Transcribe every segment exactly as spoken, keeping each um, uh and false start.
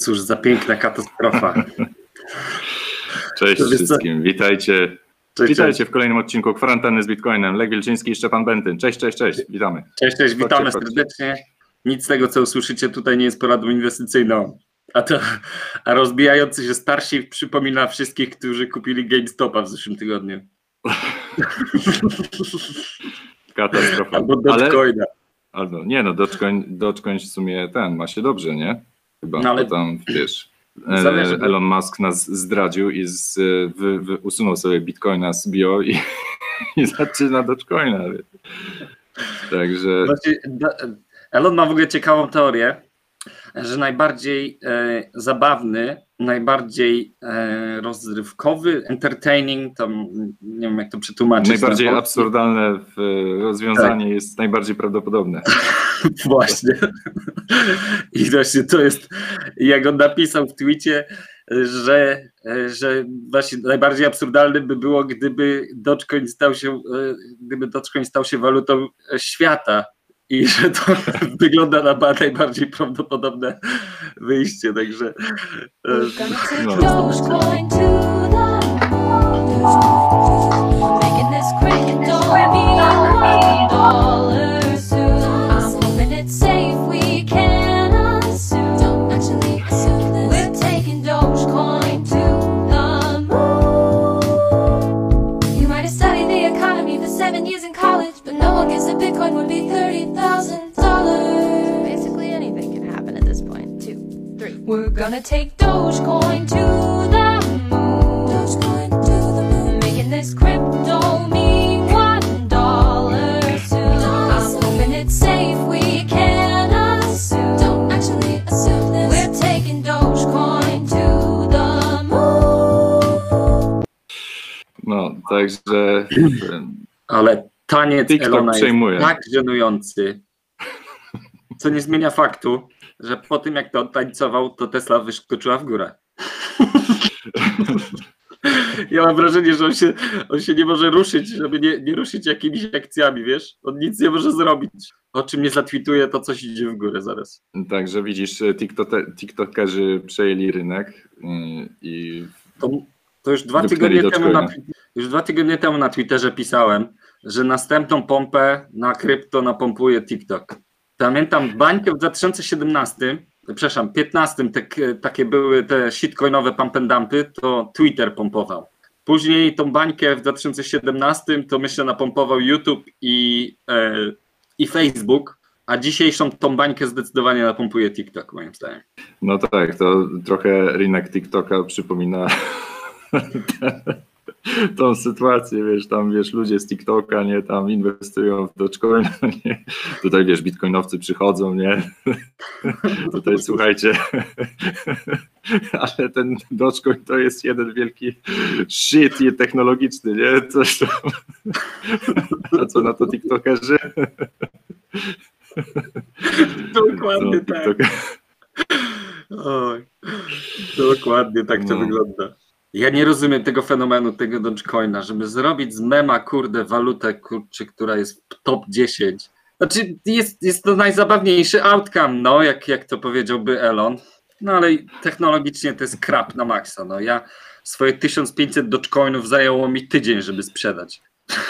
cóż za piękna katastrofa. Cześć wszystkim, witajcie. Cześć, Witajcie cześć. w kolejnym odcinku Kwarantanny z Bitcoinem. Lech Wielczyński i Szczepan Bentyn. Cześć, cześć, cześć, witamy. Cześć, cześć, witamy chodźcie, serdecznie. Chodźcie. Nic z tego, co usłyszycie tutaj nie jest poradą inwestycyjną. A, to, a rozbijający się starsi przypomina wszystkich, którzy kupili GameStopa w zeszłym tygodniu. Katastrofa. Albo Dogecoina. Albo, nie no, Dogecoin, Dogecoin w sumie ten ma się dobrze, nie? Chyba, no ale tam, wiesz, zależy, Elon Musk nas zdradził i z, wy, wy, usunął sobie Bitcoina z bio i, i zaczyna Dogecoina. Także... Znaczy, Elon ma w ogóle ciekawą teorię, że najbardziej e, zabawny, najbardziej e, rozrywkowy, entertaining, tam nie wiem jak to przetłumaczyć. Najbardziej absurdalne rozwiązanie tak. jest najbardziej prawdopodobne. Właśnie. I właśnie to jest, jak on napisał w tweetie, że, że właśnie najbardziej absurdalne by było, gdyby Dogecoin stał się, gdyby Dogecoin stał się walutą świata. I że to wygląda na najbardziej prawdopodobne wyjście, także... No. Bitcoin would be thirty thousand dollars. Basically anything can happen at this point. Two, three. We're gonna take Dogecoin to the moon. Dogecoin to the moon. Making this crypto mean one dollar soon. I'm hoping it's safe, we can assume. Don't actually assume this. We're taking Dogecoin to the moon. No, także... Ale... Taniec TikTok Elona przejmuje. jest tak żenujący, co nie zmienia faktu, że po tym jak to odtańcował, to Tesla wyskoczyła w górę. Ja mam wrażenie, że on się, on się nie może ruszyć, żeby nie, nie ruszyć jakimiś akcjami, wiesz? On nic nie może zrobić. O czym nie zatwituje, to coś idzie w górę zaraz. Także widzisz, TikTokerzy przejęli rynek i... To, to już, dwa tygodnie temu na, już dwa tygodnie temu na Twitterze pisałem, że następną pompę na krypto napompuje TikTok. Pamiętam bańkę w dwa tysiące siedemnastym, przepraszam, piętnastym, te, takie były te shitcoinowe pump and dumpy, to Twitter pompował. Później tą bańkę w dwa tysiące siedemnastym to myślę napompował YouTube i, e, i Facebook, a dzisiejszą tą bańkę zdecydowanie napompuje TikTok, moim zdaniem. No tak, to trochę rynek TikToka przypomina tą sytuację, wiesz, tam wiesz, ludzie z TikToka, nie, tam inwestują w Dogecoin, nie, tutaj wiesz, bitcoinowcy przychodzą, nie, tutaj słuchajcie, ale ten Dogecoin to jest jeden wielki shit technologiczny, nie, coś tam, a co na to TikTokerzy? Dokładnie no, tak. Oj, dokładnie tak to no. wygląda. Ja nie rozumiem tego fenomenu, tego Dogecoina, żeby zrobić z mema, kurde, walutę, kurczę, która jest w top dziesięć. Znaczy, jest, jest to najzabawniejszy outcome, no, jak, jak to powiedziałby Elon. No, ale technologicznie to jest crap na maksa, no. Ja swoje tysiąc pięćset Dogecoinów zajęło mi tydzień, żeby sprzedać.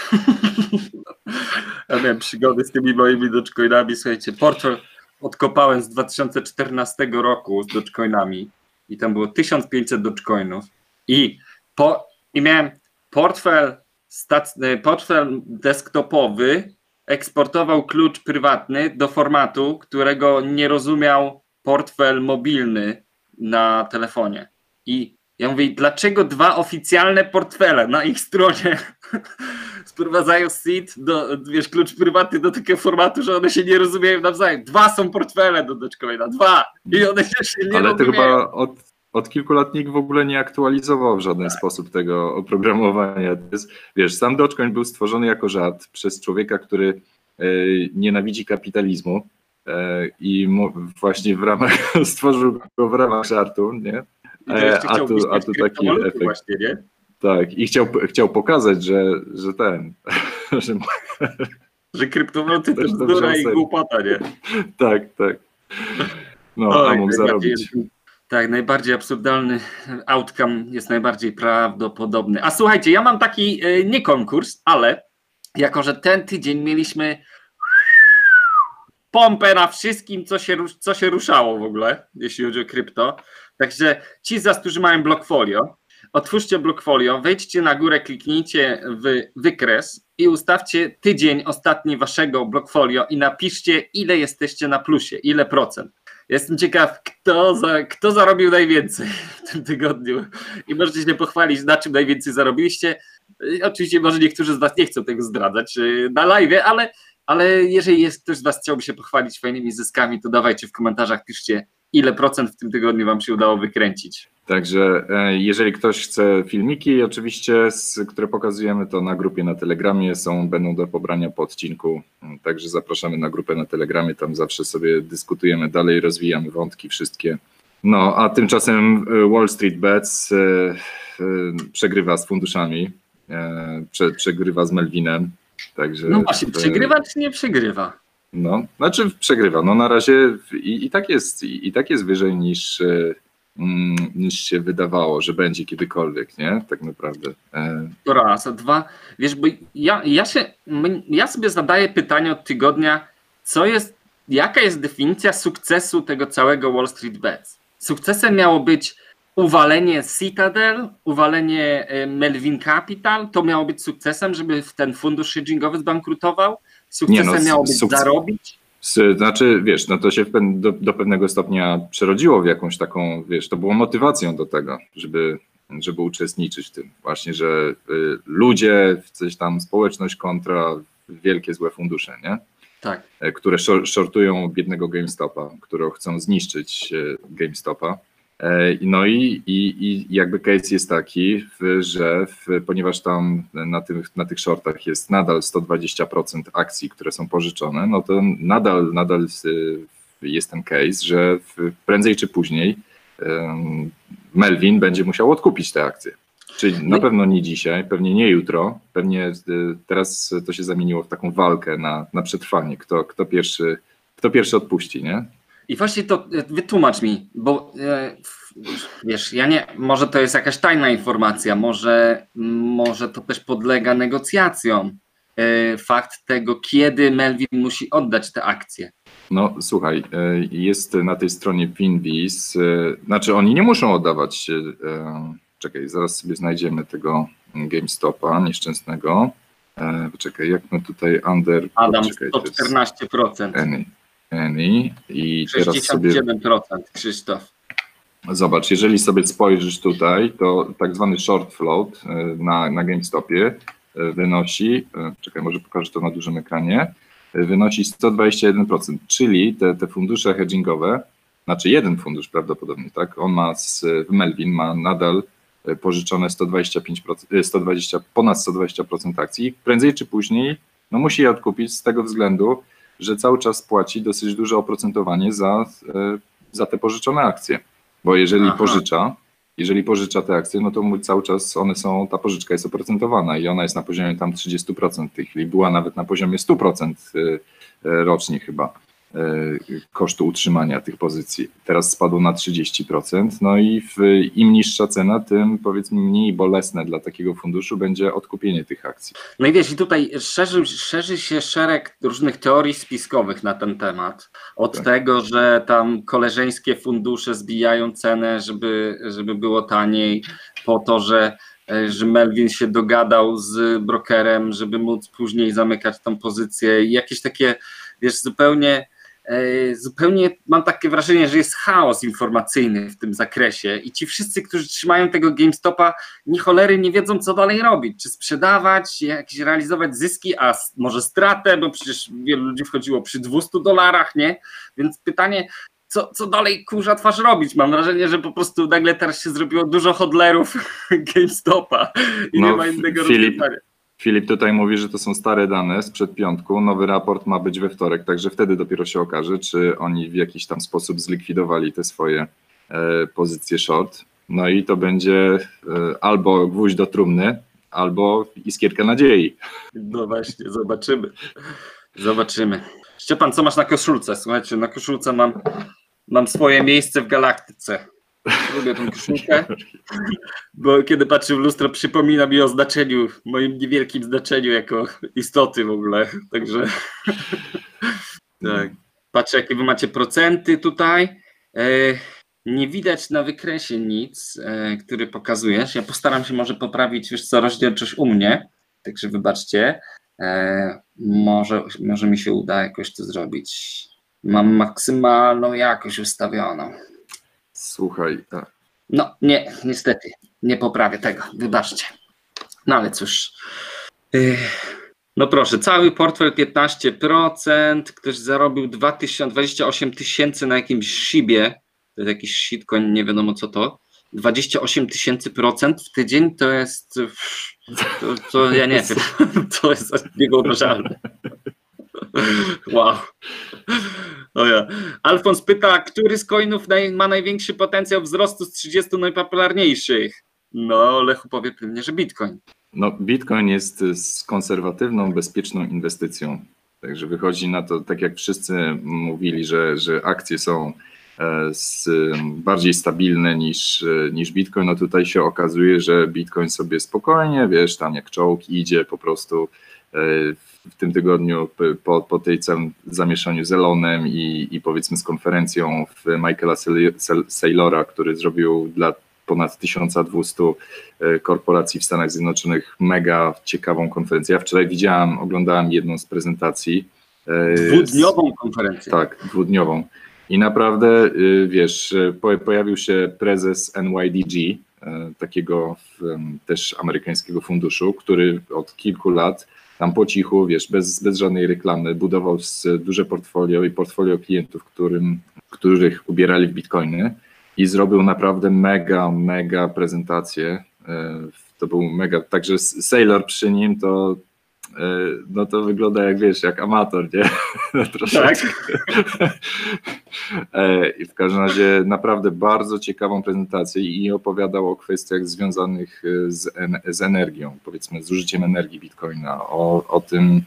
Ja miałem przygody z tymi moimi Dogecoinami, słuchajcie, portfel odkopałem z dwa tysiące czternastego roku z Dogecoinami i tam było tysiąc pięćset Dogecoinów. I, po, I miałem portfel, stac, portfel desktopowy, eksportował klucz prywatny do formatu, którego nie rozumiał portfel mobilny na telefonie. I ja mówię, dlaczego dwa oficjalne portfele na ich stronie sprowadzają seed, do, wiesz, klucz prywatny do takiego formatu, że one się nie rozumieją nawzajem. Dwa są portfele do Dogecoina, dwa! I one się nie Ale rozumieją. To chyba od... Od kilku lat nikt w ogóle nie aktualizował w żaden tak. sposób tego oprogramowania. To jest, wiesz, sam Dogecoin był stworzony jako żart przez człowieka, który e, nienawidzi kapitalizmu e, i mu, właśnie w ramach stworzył go w ramach żartu, nie? E, a, tu, a tu taki efekt. Właśnie, nie? Tak, i chciał, chciał pokazać, że, że ten... że, że kryptowaluty to bzdura i głupota, nie? Tak, tak. No, o, a mógł zarobić. Tak, najbardziej absurdalny outcome jest najbardziej prawdopodobny. A słuchajcie, ja mam taki y, nie konkurs, ale jako, że ten tydzień mieliśmy pompę na wszystkim, co się, co się ruszało w ogóle, jeśli chodzi o krypto. Także ci z was, którzy mają Blockfolio, otwórzcie Blockfolio, wejdźcie na górę, kliknijcie w wykres i ustawcie tydzień ostatni waszego Blockfolio i napiszcie, ile jesteście na plusie, ile procent. Jestem ciekaw, kto, za, kto zarobił najwięcej w tym tygodniu i możecie się pochwalić, na czym najwięcej zarobiliście. Oczywiście może niektórzy z was nie chcą tego zdradzać na live, ale, ale jeżeli jest ktoś z was chciałby się pochwalić fajnymi zyskami, to dawajcie w komentarzach, piszcie, ile procent w tym tygodniu wam się udało wykręcić. Także jeżeli ktoś chce filmiki, oczywiście, które pokazujemy, to na grupie na Telegramie są, będą do pobrania po odcinku. Także zapraszamy na grupę na Telegramie, tam zawsze sobie dyskutujemy dalej, rozwijamy wątki wszystkie. No, a tymczasem Wall Street Bets przegrywa z funduszami, prze, przegrywa z Melvinem. Także no właśnie, przegrywa czy nie przegrywa? No, znaczy przegrywa. No na razie i, i tak jest, i, i tak jest wyżej niż, mm, niż się wydawało, że będzie kiedykolwiek, nie? Tak naprawdę. To raz, a dwa, wiesz, bo ja, ja się, ja sobie zadaję pytanie od tygodnia, co jest, jaka jest definicja sukcesu tego całego Wall Street Bets? Sukcesem miało być uwalenie Citadel, uwalenie Melvin Capital, to miało być sukcesem, żeby ten fundusz hedgingowy zbankrutował? Sukcesem nie, no, miało być sukces, zarobić? Znaczy, wiesz, no to się do, do pewnego stopnia przerodziło w jakąś taką, wiesz, to było motywacją do tego, żeby, żeby uczestniczyć w tym. Właśnie, że y, ludzie, coś tam, społeczność kontra wielkie złe fundusze, nie? Tak. Które shortują biednego GameStopa, które chcą zniszczyć GameStopa. No i, i, i jakby case jest taki, że w, ponieważ tam na tych, na tych shortach jest nadal sto dwadzieścia procent akcji, które są pożyczone, no to nadal, nadal jest ten case, że prędzej czy później um, Melvin będzie musiał odkupić te akcje. Czyli na pewno nie dzisiaj, pewnie nie jutro, pewnie teraz to się zamieniło w taką walkę na, na przetrwanie, kto, kto, pierwszy, kto pierwszy odpuści, nie? I właśnie to wytłumacz mi, bo wiesz, ja nie, może to jest jakaś tajna informacja, może, może to też podlega negocjacjom. Fakt tego, kiedy Melvin musi oddać te akcje. No słuchaj, jest na tej stronie Finviz, znaczy oni nie muszą oddawać, czekaj, zaraz sobie znajdziemy tego GameStopa nieszczęsnego. Czekaj, jak my tutaj under... Adam, czekaj, sto czternaście procent. Any, any. I teraz sobie... sześćdziesiąt siedem procent, Krzysztof. Zobacz, jeżeli sobie spojrzysz tutaj, to tak zwany short float na, na GameStopie wynosi, czekaj, może pokażę to na dużym ekranie, wynosi sto dwadzieścia jeden procent, czyli te, te fundusze hedgingowe, znaczy jeden fundusz prawdopodobnie, tak, on ma, z, Melvin ma nadal pożyczone sto dwadzieścia pięć procent, sto dwadzieścia, ponad sto dwadzieścia procent akcji, prędzej czy później no musi je odkupić z tego względu, że cały czas płaci dosyć duże oprocentowanie za, za te pożyczone akcje, bo jeżeli Aha. pożycza, jeżeli pożycza te akcje, no to cały czas one są, ta pożyczka jest oprocentowana i ona jest na poziomie tam trzydzieści procent w tej chwili, była nawet na poziomie sto procent rocznie chyba kosztu utrzymania tych pozycji. Teraz spadło na trzydzieści procent, no i w, im niższa cena, tym powiedzmy mniej bolesne dla takiego funduszu będzie odkupienie tych akcji. No i wiesz, i tutaj szerzy, szerzy się szereg różnych teorii spiskowych na ten temat. Od tak. tego, że tam koleżeńskie fundusze zbijają cenę, żeby, żeby było taniej, po to, że że Melvin się dogadał z brokerem, żeby móc później zamykać tą pozycję i jakieś takie, wiesz, zupełnie zupełnie mam takie wrażenie, że jest chaos informacyjny w tym zakresie i ci wszyscy, którzy trzymają tego GameStopa, ni cholery nie wiedzą, co dalej robić, czy sprzedawać, jakieś realizować zyski, a może stratę, bo przecież wielu ludzi wchodziło przy dwustu dolarach, nie? Więc pytanie, co, co dalej kurza twarz robić? Mam wrażenie, że po prostu nagle teraz się zrobiło dużo hodlerów GameStopa i no, nie ma innego rozwiązania. Filip tutaj mówi, że to są stare dane sprzed piątku, nowy raport ma być we wtorek, także wtedy dopiero się okaże, czy oni w jakiś tam sposób zlikwidowali te swoje e, pozycje short. No i to będzie e, albo gwóźdź do trumny, albo iskierka nadziei. No właśnie, zobaczymy. Zobaczymy. Szczepan, co masz na koszulce? Słuchajcie, na koszulce mam, mam swoje miejsce w galaktyce. Lubię tą koszulkę, bo kiedy patrzę w lustro, przypomina mi o znaczeniu, moim niewielkim znaczeniu jako istoty w ogóle. Także tak. Patrzę, jakie wy macie procenty tutaj. Nie widać na wykresie nic, który pokazujesz. Ja postaram się może poprawić, wiesz co, rozdzielczość u mnie. Także wybaczcie. Może, może mi się uda jakoś to zrobić. Mam maksymalną jakość ustawioną. Słuchaj, tak. No nie, niestety, nie poprawię tego, wybaczcie. No ale cóż. No proszę, cały portfel piętnaście procent, ktoś zarobił dwa tysiące, dwadzieścia osiem tysięcy na jakimś shibie, to jest jakiś shitcoin, nie wiadomo co to, dwadzieścia osiem tysięcy procent w tydzień to jest, to, to ja nie wiem, to jest niewyobrażalne. Wow. O ja. Alfons pyta, który z coinów naj, ma największy potencjał wzrostu z trzydziestu najpopularniejszych? No, Lechu powie pewnie, że Bitcoin. No, Bitcoin jest konserwatywną, bezpieczną inwestycją. Także wychodzi na to, tak jak wszyscy mówili, że, że akcje są z, bardziej stabilne niż, niż Bitcoin, no tutaj się okazuje, że Bitcoin sobie spokojnie, wiesz, tam jak czołg idzie po prostu w tym tygodniu po, po tej całym zamieszaniu z Elonem i, i powiedzmy z konferencją w Michaela Saylora, który zrobił dla ponad tysiąc dwieście korporacji w Stanach Zjednoczonych mega ciekawą konferencję. Ja wczoraj widziałam, oglądałem jedną z prezentacji. Dwudniową konferencję. Tak, dwudniową. I naprawdę, wiesz, pojawił się prezes N Y D G, takiego też amerykańskiego funduszu, który od kilku lat tam po cichu, wiesz, bez, bez żadnej reklamy budował duże portfolio i portfolio klientów, którym, których ubierali w bitcoiny i zrobił naprawdę mega, mega prezentację. To był mega, także Saylor przy nim to no to wygląda jak, wiesz, jak amator, nie? Troszeczkę. Tak. I w każdym razie naprawdę bardzo ciekawą prezentację i opowiadał o kwestiach związanych z, z energią, powiedzmy z użyciem energii Bitcoina, o, o tym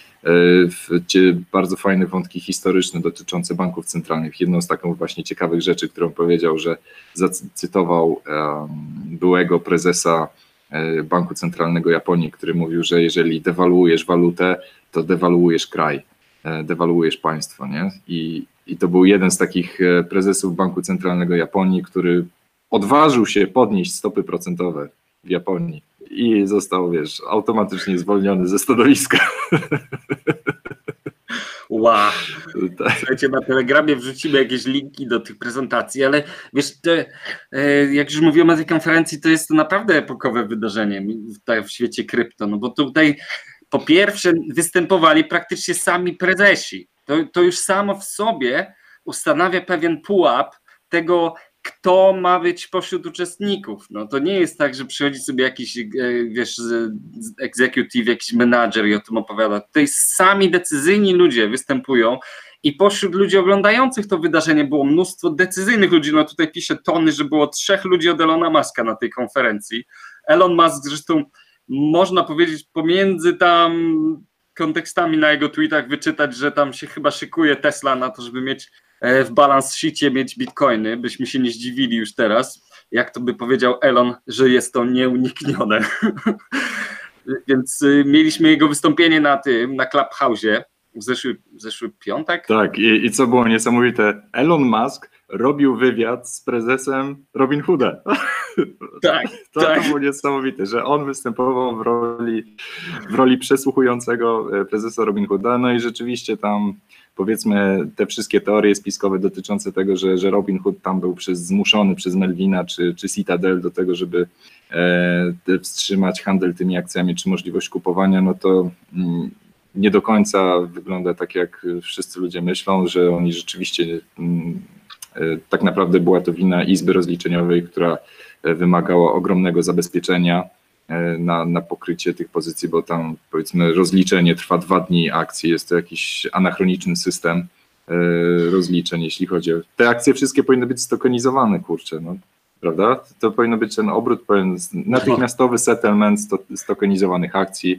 bardzo fajne wątki historyczne dotyczące banków centralnych. Jedną z takich właśnie ciekawych rzeczy, którą powiedział, że zacytował byłego prezesa Banku Centralnego Japonii, który mówił, że jeżeli dewaluujesz walutę, to dewaluujesz kraj, dewaluujesz państwo, nie? I, i to był jeden z takich prezesów Banku Centralnego Japonii, który odważył się podnieść stopy procentowe w Japonii i został, wiesz, automatycznie zwolniony ze stanowiska. Wow. Słuchajcie, na Telegramie wrzucimy jakieś linki do tych prezentacji, ale wiesz, to, jak już mówiłem o tej konferencji, to jest to naprawdę epokowe wydarzenie w świecie krypto, no bo tutaj po pierwsze występowali praktycznie sami prezesi. To, to już samo w sobie ustanawia pewien pułap tego, kto ma być pośród uczestników. No to nie jest tak, że przychodzi sobie jakiś, wiesz, executive, jakiś menadżer i o tym opowiada. Tutaj sami decyzyjni ludzie występują i pośród ludzi oglądających to wydarzenie było mnóstwo decyzyjnych ludzi. No tutaj pisze Tony, że było trzech ludzi od Elona Muska na tej konferencji. Elon Musk zresztą można powiedzieć pomiędzy tam kontekstami na jego tweetach wyczytać, że tam się chyba szykuje Tesla na to, żeby mieć w balance sheetie mieć bitcoiny, byśmy się nie zdziwili już teraz, jak to by powiedział Elon, że jest to nieuniknione. Więc mieliśmy jego wystąpienie na tym, na Clubhouse'ie w zeszły, w zeszły piątek. Tak, i, i co było niesamowite, Elon Musk robił wywiad z prezesem Robinhooda. Tak, to, tak. to było niesamowite, że on występował w roli, w roli przesłuchującego prezesa Robinhooda, no i rzeczywiście tam powiedzmy te wszystkie teorie spiskowe dotyczące tego, że, że Robin Hood tam był przez, zmuszony przez Melvina czy, czy Citadel do tego, żeby e, wstrzymać handel tymi akcjami czy możliwość kupowania, no to mm, nie do końca wygląda tak, jak wszyscy ludzie myślą, że oni rzeczywiście mm, e, tak naprawdę była to wina Izby Rozliczeniowej, która wymagała ogromnego zabezpieczenia Na, na pokrycie tych pozycji, bo tam powiedzmy rozliczenie trwa dwa dni akcji, jest to jakiś anachroniczny system y, rozliczeń, jeśli chodzi o... Te akcje wszystkie powinny być stokenizowane, kurczę, no, prawda? To powinno być ten obrót, powinien, natychmiastowy settlement sto, stokenizowanych akcji. To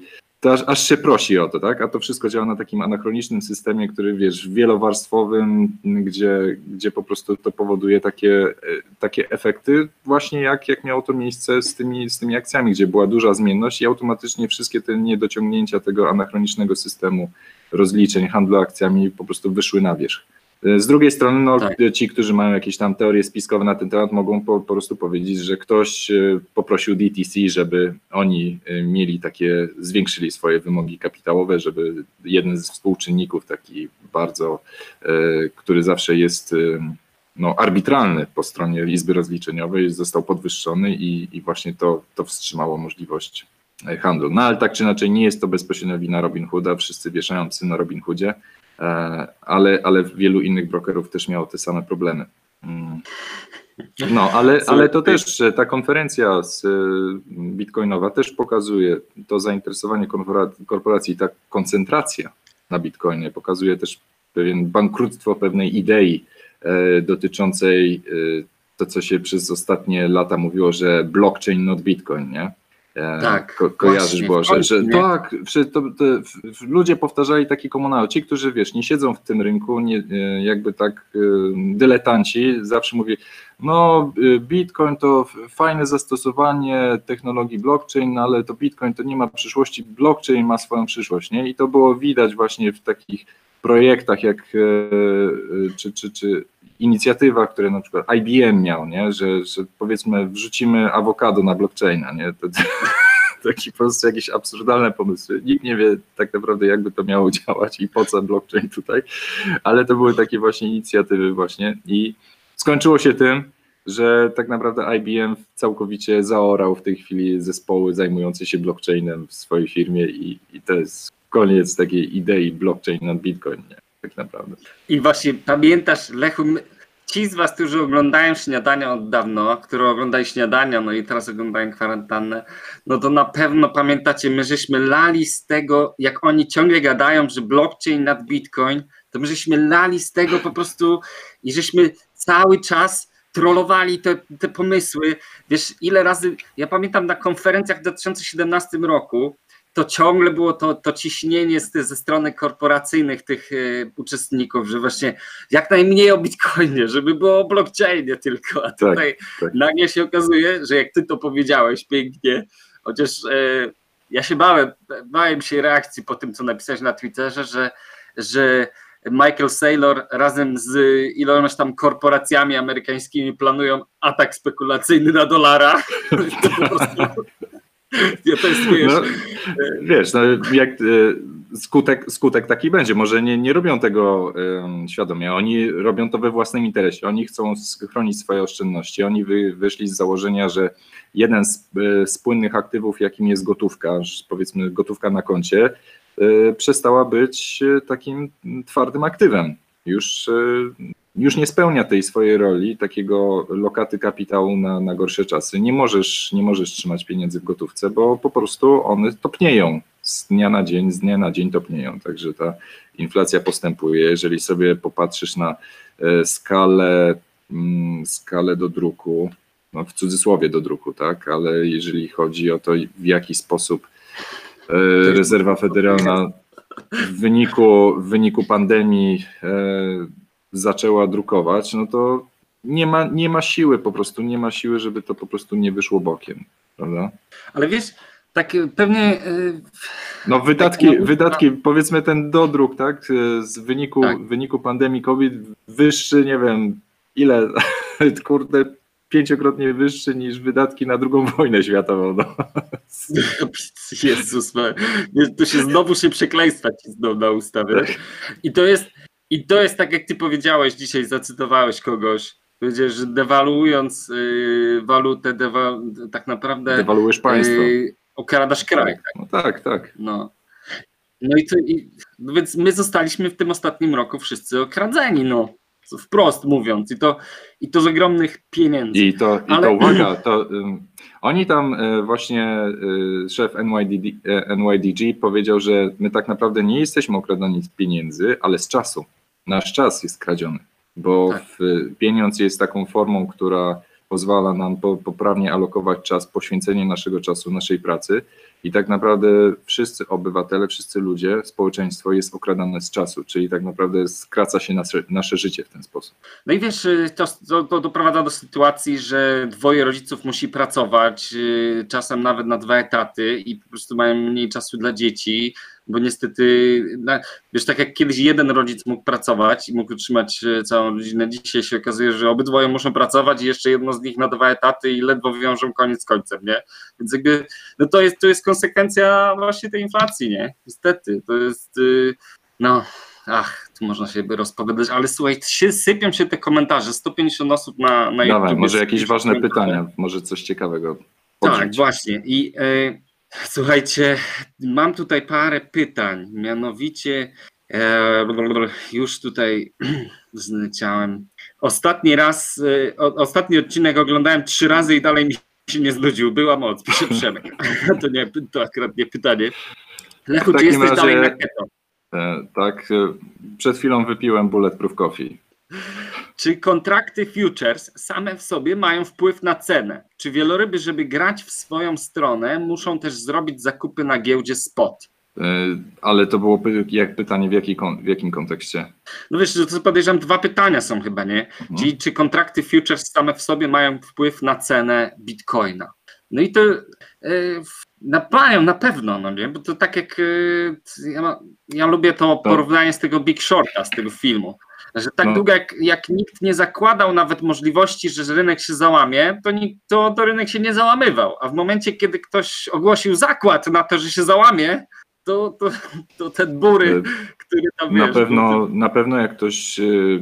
to aż, aż się prosi o to, tak? A to wszystko działa na takim anachronicznym systemie, który wiesz, wielowarstwowym, gdzie, gdzie po prostu to powoduje takie, takie efekty, właśnie jak, jak miało to miejsce z tymi, z tymi akcjami, gdzie była duża zmienność i automatycznie wszystkie te niedociągnięcia tego anachronicznego systemu rozliczeń, handlu akcjami po prostu wyszły na wierzch. Z drugiej strony, no, tak. ci, którzy mają jakieś tam teorie spiskowe na ten temat, mogą po, po prostu powiedzieć, że ktoś poprosił D T C, żeby oni mieli takie, zwiększyli swoje wymogi kapitałowe, żeby jeden z współczynników, taki bardzo, który zawsze jest no, arbitralny po stronie Izby Rozliczeniowej, został podwyższony i, i właśnie to, to wstrzymało możliwość handlu. No ale tak czy inaczej nie jest to bezpośrednio wina Robinhooda, wszyscy wieszają psy na Robinhoodzie. Ale, ale wielu innych brokerów też miało te same problemy. No, ale, ale to też ta konferencja z bitcoinowa też pokazuje to zainteresowanie korporacji, ta koncentracja na bitcoinie pokazuje też pewien bankructwo pewnej idei dotyczącej to, co się przez ostatnie lata mówiło, że blockchain not bitcoin, nie? Tak, Ko kojarzysz, było, że, że tak, że to, to, ludzie powtarzali takie komunały, ci, którzy wiesz, nie siedzą w tym rynku, nie, jakby tak dyletanci, zawsze mówi, no Bitcoin to fajne zastosowanie technologii blockchain, ale to Bitcoin to nie ma przyszłości, blockchain ma swoją przyszłość, nie? I to było widać właśnie w takich projektach jak czy, czy, czy inicjatywach, które na przykład I B M miał, nie? Że, że powiedzmy wrzucimy awokado na blockchaina, nie? To, to, taki po prostu jakieś absurdalne pomysły. Nikt nie wie tak naprawdę, jakby to miało działać i po co blockchain tutaj, ale to były takie właśnie inicjatywy właśnie i skończyło się tym, że tak naprawdę I B M całkowicie zaorał w tej chwili zespoły zajmujące się blockchainem w swojej firmie i, i to jest koniec takiej idei blockchain na Bitcoin, nie? Tak naprawdę. I właśnie pamiętasz, Lechu, ci z was, którzy oglądają śniadania od dawna, którzy oglądają śniadania, no i teraz oglądają kwarantannę, no to na pewno pamiętacie, my żeśmy lali z tego, jak oni ciągle gadają, że blockchain nad Bitcoin, to my żeśmy lali z tego po prostu i żeśmy cały czas trollowali te, te pomysły. Wiesz, ile razy, ja pamiętam na konferencjach w dwa tysiące siedemnastym roku, to ciągle było to, to ciśnienie z, ze strony korporacyjnych tych y, uczestników, że właśnie jak najmniej o Bitcoinie, żeby było o blockchainie tylko, a tutaj tak, tak. nagle się okazuje, że jak ty to powiedziałeś pięknie, chociaż y, ja się bałem, bałem się reakcji po tym, co napisałeś na Twitterze, że, że Michael Saylor razem z ilomaś tam korporacjami amerykańskimi planują atak spekulacyjny na dolara. To po prostu... Ja to jest, wiesz, no, wiesz no, jak, skutek, skutek taki będzie. Może nie, nie robią tego um, świadomie. Oni robią to we własnym interesie. Oni chcą chronić swoje oszczędności. Oni wy, wyszli z założenia, że jeden z, z płynnych aktywów, jakim jest gotówka, powiedzmy gotówka na koncie, y, przestała być takim twardym aktywem. Już y, już nie spełnia tej swojej roli, takiego lokaty kapitału na, na gorsze czasy. Nie możesz, nie możesz trzymać pieniędzy w gotówce, bo po prostu one topnieją z dnia na dzień, z dnia na dzień topnieją. Także ta inflacja postępuje. Jeżeli sobie popatrzysz na e, skalę, mm, skalę do druku, no w cudzysłowie do druku, tak, ale jeżeli chodzi o to, w jaki sposób e, rezerwa federalna w wyniku, w wyniku pandemii e, zaczęła drukować, no to nie ma, nie ma siły po prostu, nie ma siły, żeby to po prostu nie wyszło bokiem, prawda? Ale wiesz, tak pewnie... No wydatki, tak, no, wydatki powiedzmy ten dodruk, tak, z wyniku, tak. wyniku pandemii COVID wyższy, nie wiem ile, kurde, pięciokrotnie wyższy niż wydatki na drugą wojnę światową. No. Jezus, to się znowu się przekleństwa cisną na ustawę. I to jest I to jest tak, jak ty powiedziałeś dzisiaj, zacytowałeś kogoś, powiedziałeś, że dewaluując y, walutę, dewa, tak naprawdę dewaluujesz państwo. Y, okradasz kraj. Tak? No tak, tak. No, no i, to, i no więc my zostaliśmy w tym ostatnim roku wszyscy okradzeni, no, wprost mówiąc, i to, i to z ogromnych pieniędzy. I to, i Ale... to uwaga, to um, oni tam y, właśnie y, szef N Y D G, y, N Y D G powiedział, że my tak naprawdę nie jesteśmy okradani z pieniędzy, ale z czasu. Nasz czas jest kradziony, bo tak. w, pieniądz jest taką formą, która pozwala nam po, poprawnie alokować czas, poświęcenie naszego czasu, naszej pracy I tak naprawdę wszyscy obywatele, wszyscy ludzie, społeczeństwo jest okradane z czasu, czyli tak naprawdę skraca się nasze, nasze życie w ten sposób. No i wiesz, to, to, to doprowadza do sytuacji, że dwoje rodziców musi pracować, czasem nawet na dwa etaty i po prostu mają mniej czasu dla dzieci, bo niestety, wiesz, tak jak kiedyś jeden rodzic mógł pracować i mógł utrzymać całą rodzinę, dzisiaj się okazuje, że obydwoje muszą pracować i jeszcze jedno z nich na dwa etaty i ledwo wiążą koniec z końcem, nie? Więc jakby, no to jest, to jest konsekwencja właśnie tej inflacji, nie? Niestety, to jest, no, ach, tu można się by rozpowiadać, ale słuchaj, się, sypią się te komentarze, sto pięćdziesiąt osób na, na Dawaj, YouTube. może jakieś ważne pytania, może coś ciekawego podrzuć. Tak, właśnie i... Y Słuchajcie, mam tutaj parę pytań, mianowicie e, już tutaj zleciałem. Ostatni raz, e, o, ostatni odcinek oglądałem trzy razy i dalej mi się nie znudził. Była moc, pisze Przemek. To nie, to akurat nie pytanie. Lechu, czy jesteś razie, dalej na keto? E, tak, e, przed chwilą wypiłem Bulletproof Coffee. Czy kontrakty futures same w sobie mają wpływ na cenę? Czy wieloryby, żeby grać w swoją stronę, muszą też zrobić zakupy na giełdzie spot? Ale to było py jak pytanie w, jaki w jakim kontekście? No wiesz, to podejrzewam, dwa pytania są chyba, nie? Mhm. Czyli czy kontrakty futures same w sobie mają wpływ na cenę bitcoina? No i to yy, na, mają na pewno, no nie? Bo to tak jak yy, ja, ja lubię to porównanie z tego Big Shorta, z tego filmu. Że tak no. długo jak, jak nikt nie zakładał nawet możliwości, że rynek się załamie, to, nikt, to, to rynek się nie załamywał. A w momencie, kiedy ktoś ogłosił zakład na to, że się załamie, to, to, to ten bury, który tam na wiesz, pewno, to... na pewno jak ktoś yy,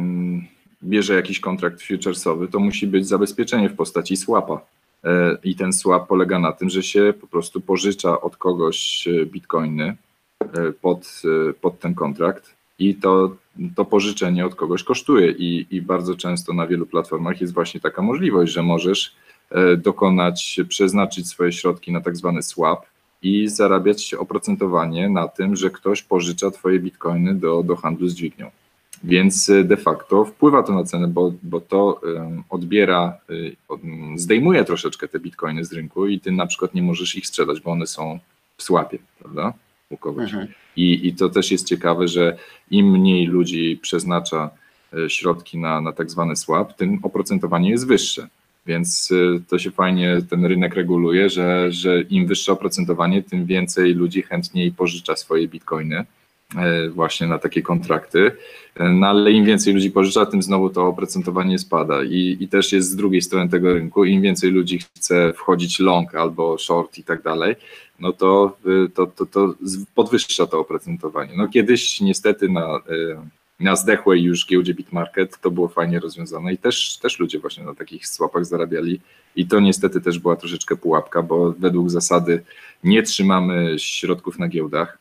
bierze jakiś kontrakt futuresowy, to musi być zabezpieczenie w postaci swapa. Yy, I ten swap polega na tym, że się po prostu pożycza od kogoś bitcoiny yy, pod, yy, pod ten kontrakt. I to, to pożyczenie od kogoś kosztuje i, i bardzo często na wielu platformach jest właśnie taka możliwość, że możesz dokonać, przeznaczyć swoje środki na tak zwany swap i zarabiać oprocentowanie na tym, że ktoś pożycza twoje bitcoiny do, do handlu z dźwignią. Więc de facto wpływa to na cenę, bo, bo to odbiera, zdejmuje troszeczkę te bitcoiny z rynku i ty na przykład nie możesz ich sprzedać, bo one są w swapie, prawda? U kogoś. Mhm. I, I to też jest ciekawe, że im mniej ludzi przeznacza środki na, na tak zwany swap, tym oprocentowanie jest wyższe. Więc to się fajnie ten rynek reguluje, że, że im wyższe oprocentowanie, tym więcej ludzi chętniej pożycza swoje bitcoiny właśnie na takie kontrakty. No ale im więcej ludzi pożycza, tym znowu to oprocentowanie spada. I, i też jest z drugiej strony tego rynku, im więcej ludzi chce wchodzić long albo short i tak dalej, no to, to, to, to podwyższa to oprocentowanie. No kiedyś niestety na, na zdechłej już giełdzie Bitmarket to było fajnie rozwiązane i też, też ludzie właśnie na takich swapach zarabiali i to niestety też była troszeczkę pułapka, bo według zasady nie trzymamy środków na giełdach.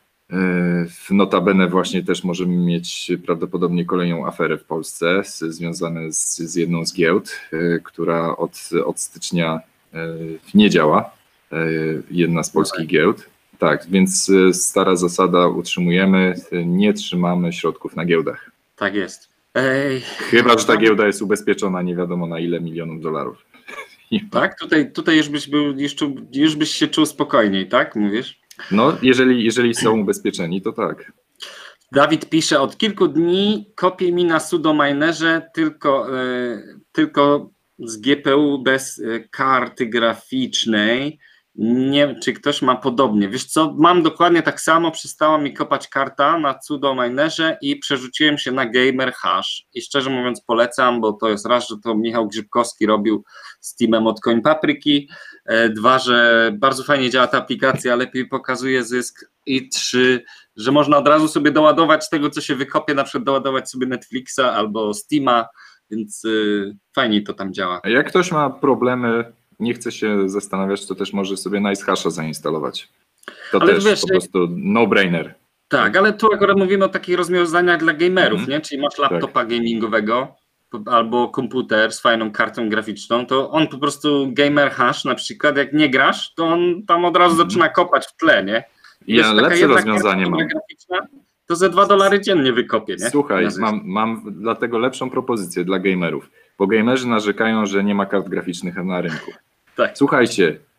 Notabene właśnie też możemy mieć prawdopodobnie kolejną aferę w Polsce z, związane z, z jedną z giełd, która od, od stycznia nie działa, jedna z polskich giełd. Tak, więc stara zasada utrzymujemy, nie trzymamy środków na giełdach. Tak jest. Ej. Chyba, że ta giełda jest ubezpieczona nie wiadomo na ile milionów dolarów. Tak? Tutaj, tutaj już, byś był, już, już byś się czuł spokojniej, tak? Mówisz? No, jeżeli, jeżeli są ubezpieczeni, to tak. Dawid pisze, od kilku dni kopię mi na sudominerze tylko, y, tylko z G P U bez y, karty graficznej. Nie, czy ktoś ma podobnie? Wiesz co, mam dokładnie tak samo, przestała mi kopać karta na sudominerze i przerzuciłem się na Gamer Hash i szczerze mówiąc polecam, bo to jest raz, że to Michał Grzybkowski robił z teamem od Coin Papryki, dwa, że bardzo fajnie działa ta aplikacja, lepiej pokazuje zysk i trzy, że można od razu sobie doładować tego, co się wykopie, na przykład doładować sobie Netflixa albo Steama, więc yy, fajniej to tam działa. A jak ktoś ma problemy, nie chce się zastanawiać, to też może sobie NiceHasha zainstalować. To ale też wiesz, po prostu no-brainer. Tak, ale tu akurat mówimy o takich rozwiązaniach dla gamerów, mm-hmm. nie? Czyli masz laptopa tak. gamingowego albo komputer z fajną kartą graficzną, to on po prostu Gamer Hash na przykład, jak nie grasz, to on tam od razu mm-hmm. zaczyna kopać w tle, nie? I ja lepsze rozwiązanie mam. To ze dwa dolary dziennie wykopię, nie? Słuchaj, mam, mam dlatego lepszą propozycję dla gamerów, bo gamerzy narzekają, że nie ma kart graficznych na rynku. Tak. Słuchajcie,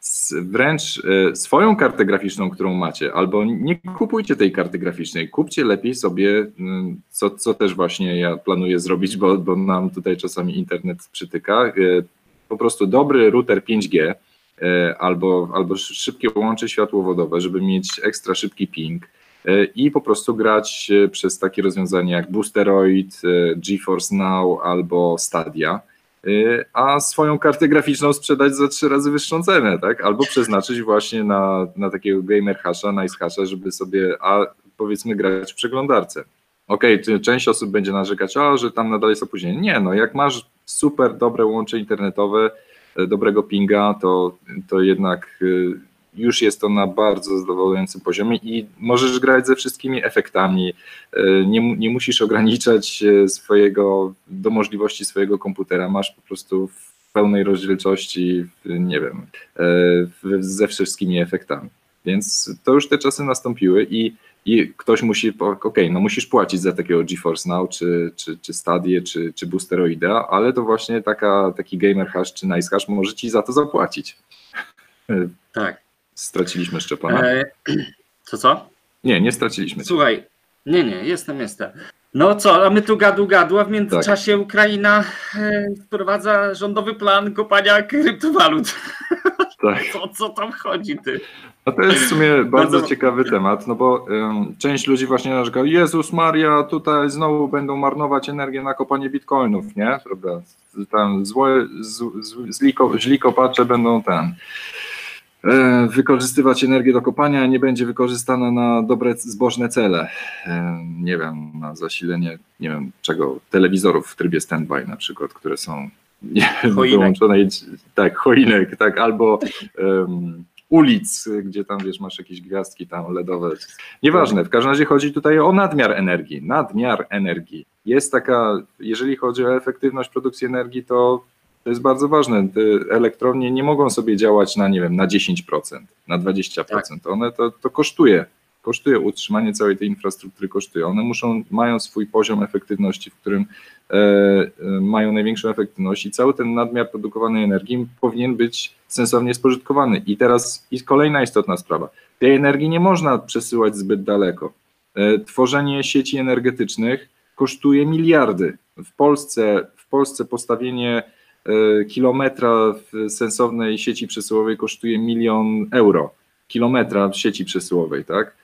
wręcz swoją kartę graficzną, którą macie, albo nie kupujcie tej karty graficznej, kupcie lepiej sobie, co, co też właśnie ja planuję zrobić, bo, bo nam tutaj czasami internet przytyka, po prostu dobry router pięć G albo, albo szybkie łącze światłowodowe, żeby mieć ekstra szybki ping i po prostu grać przez takie rozwiązania jak Boosteroid, GeForce Now albo Stadia, a swoją kartę graficzną sprzedać za trzy razy wyższą cenę, tak? Albo przeznaczyć właśnie na, na takiego gamer hasha, nice hasha, żeby sobie, a powiedzmy, grać w przeglądarce. Okej, okay, część osób będzie narzekać, a, że tam nadal jest opóźnienie. Nie, no jak masz super dobre łącze internetowe, dobrego pinga, to, to jednak już jest to na bardzo zadowalającym poziomie i możesz grać ze wszystkimi efektami, nie, nie musisz ograniczać swojego, do możliwości swojego komputera, masz po prostu w pełnej rozdzielczości, nie wiem, ze wszystkimi efektami. Więc to już te czasy nastąpiły i, i ktoś musi, okej, okay, no musisz płacić za takiego GeForce Now, czy, czy, czy Stadię, czy, czy Boosteroida, ale to właśnie taka, taki gamer hash, czy nice hash może ci za to zapłacić. Tak. Straciliśmy Szczepana? E, co, co? Nie, nie straciliśmy. Słuchaj, nie, nie, jestem, jestem. No co, a my tu gadu gadu, a w międzyczasie tak. Ukraina e, wprowadza rządowy plan kopania kryptowalut. Tak. Co, co tam chodzi, ty? No to jest w sumie bardzo, bardzo ciekawy temat, no bo um, część ludzi właśnie narzeka, Jezus Maria, tutaj znowu będą marnować energię na kopanie bitcoinów, nie? Prawda? Tam złe, z, z, zli, źli kopacze będą ten... wykorzystywać energię do kopania, nie będzie wykorzystana na dobre, zbożne cele. Nie wiem, na zasilenie, nie wiem czego, telewizorów w trybie standby na przykład, które są wyłączone. Tak, choinek, tak, albo um, ulic, gdzie tam, wiesz, masz jakieś gwiazdki tam ledowe. Nieważne, w każdym razie chodzi tutaj o nadmiar energii. Nadmiar energii. Jest taka, jeżeli chodzi o efektywność produkcji energii, to to jest bardzo ważne. Te elektrownie nie mogą sobie działać na, nie wiem, na dziesięć procent, na dwadzieścia procent. Tak. One to, to kosztuje. Kosztuje utrzymanie całej tej infrastruktury, kosztuje. One muszą, mają swój poziom efektywności, w którym e, e, mają największą efektywność i cały ten nadmiar produkowanej energii powinien być sensownie spożytkowany. I teraz i kolejna istotna sprawa. Tej energii nie można przesyłać zbyt daleko. E, tworzenie sieci energetycznych kosztuje miliardy. W Polsce, w Polsce postawienie kilometra w sensownej sieci przesyłowej kosztuje milion euro. Kilometra sieci przesyłowej, tak?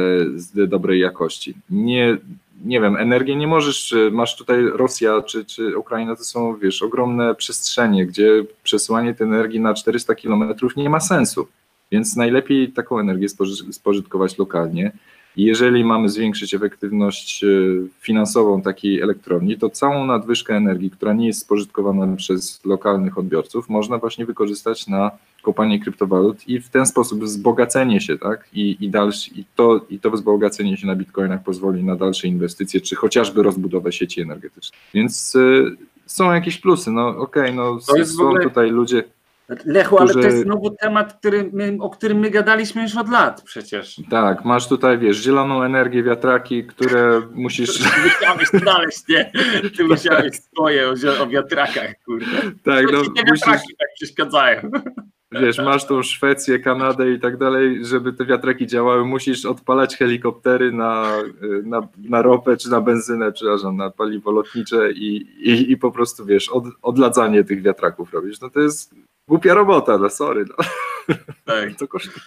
Z dobrej jakości. Nie, nie wiem, energię nie możesz, masz tutaj Rosja czy, czy Ukraina, to są, wiesz, ogromne przestrzenie, gdzie przesyłanie tej energii na czterysta kilometrów nie ma sensu. Więc najlepiej taką energię spożytkować lokalnie. I jeżeli mamy zwiększyć efektywność finansową takiej elektrowni, to całą nadwyżkę energii, która nie jest spożytkowana przez lokalnych odbiorców, można właśnie wykorzystać na kopanie kryptowalut i w ten sposób wzbogacenie się, tak? I, i, dalszy, i, to, i to wzbogacenie się na bitcoinach pozwoli na dalsze inwestycje, czy chociażby rozbudowę sieci energetycznej. Więc y, są jakieś plusy, no okej, okay, no są ogóle... tutaj ludzie... Lechu, którzy... ale to jest znowu temat, który my, o którym my gadaliśmy już od lat przecież. Tak, masz tutaj, wiesz, zieloną energię, wiatraki, które musisz... Ty musiałeś znaleźć, nie? Ty musiałeś swoje o, o wiatrakach, kurde. Tak, no musisz... wiatraki tak przeszkadzają. Wiesz, masz tą Szwecję, Kanadę i tak dalej, żeby te wiatraki działały, musisz odpalać helikoptery na, na, na ropę, czy na benzynę, przepraszam, na paliwo lotnicze i, i, i po prostu, wiesz, od, odladzanie tych wiatraków robisz. No to jest głupia robota, no sorry. No. Tak. To kosztuje.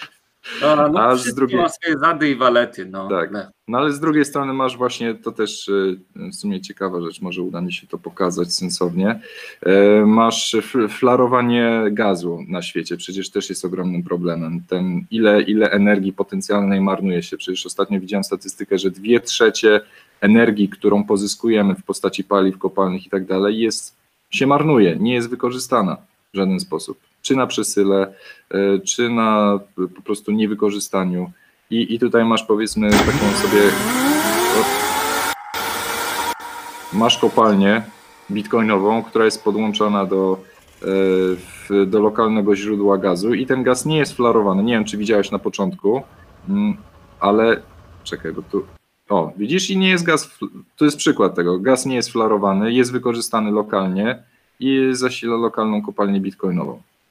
No, no, a z drugiej ma swoje zady i walety. No. Tak. No ale z drugiej strony masz właśnie, to też w sumie ciekawa rzecz, może uda mi się to pokazać sensownie, masz flarowanie gazu na świecie, przecież też jest ogromnym problemem. Ten, ile, ile energii potencjalnej marnuje się, przecież ostatnio widziałem statystykę, że dwie trzecie energii, którą pozyskujemy w postaci paliw kopalnych i tak dalej, jest, się marnuje, nie jest wykorzystana w żaden sposób. Czy na przesyle, czy na po prostu niewykorzystaniu. I, i tutaj masz, powiedzmy, taką sobie... Masz kopalnię bitcoinową, która jest podłączona do, do lokalnego źródła gazu i ten gaz nie jest flarowany. Nie wiem, czy widziałeś na początku, ale... Czekaj, bo tu... O, widzisz? I nie jest gaz... To jest przykład tego. Gaz nie jest flarowany, jest wykorzystany lokalnie i zasila lokalną kopalnię bitcoinową.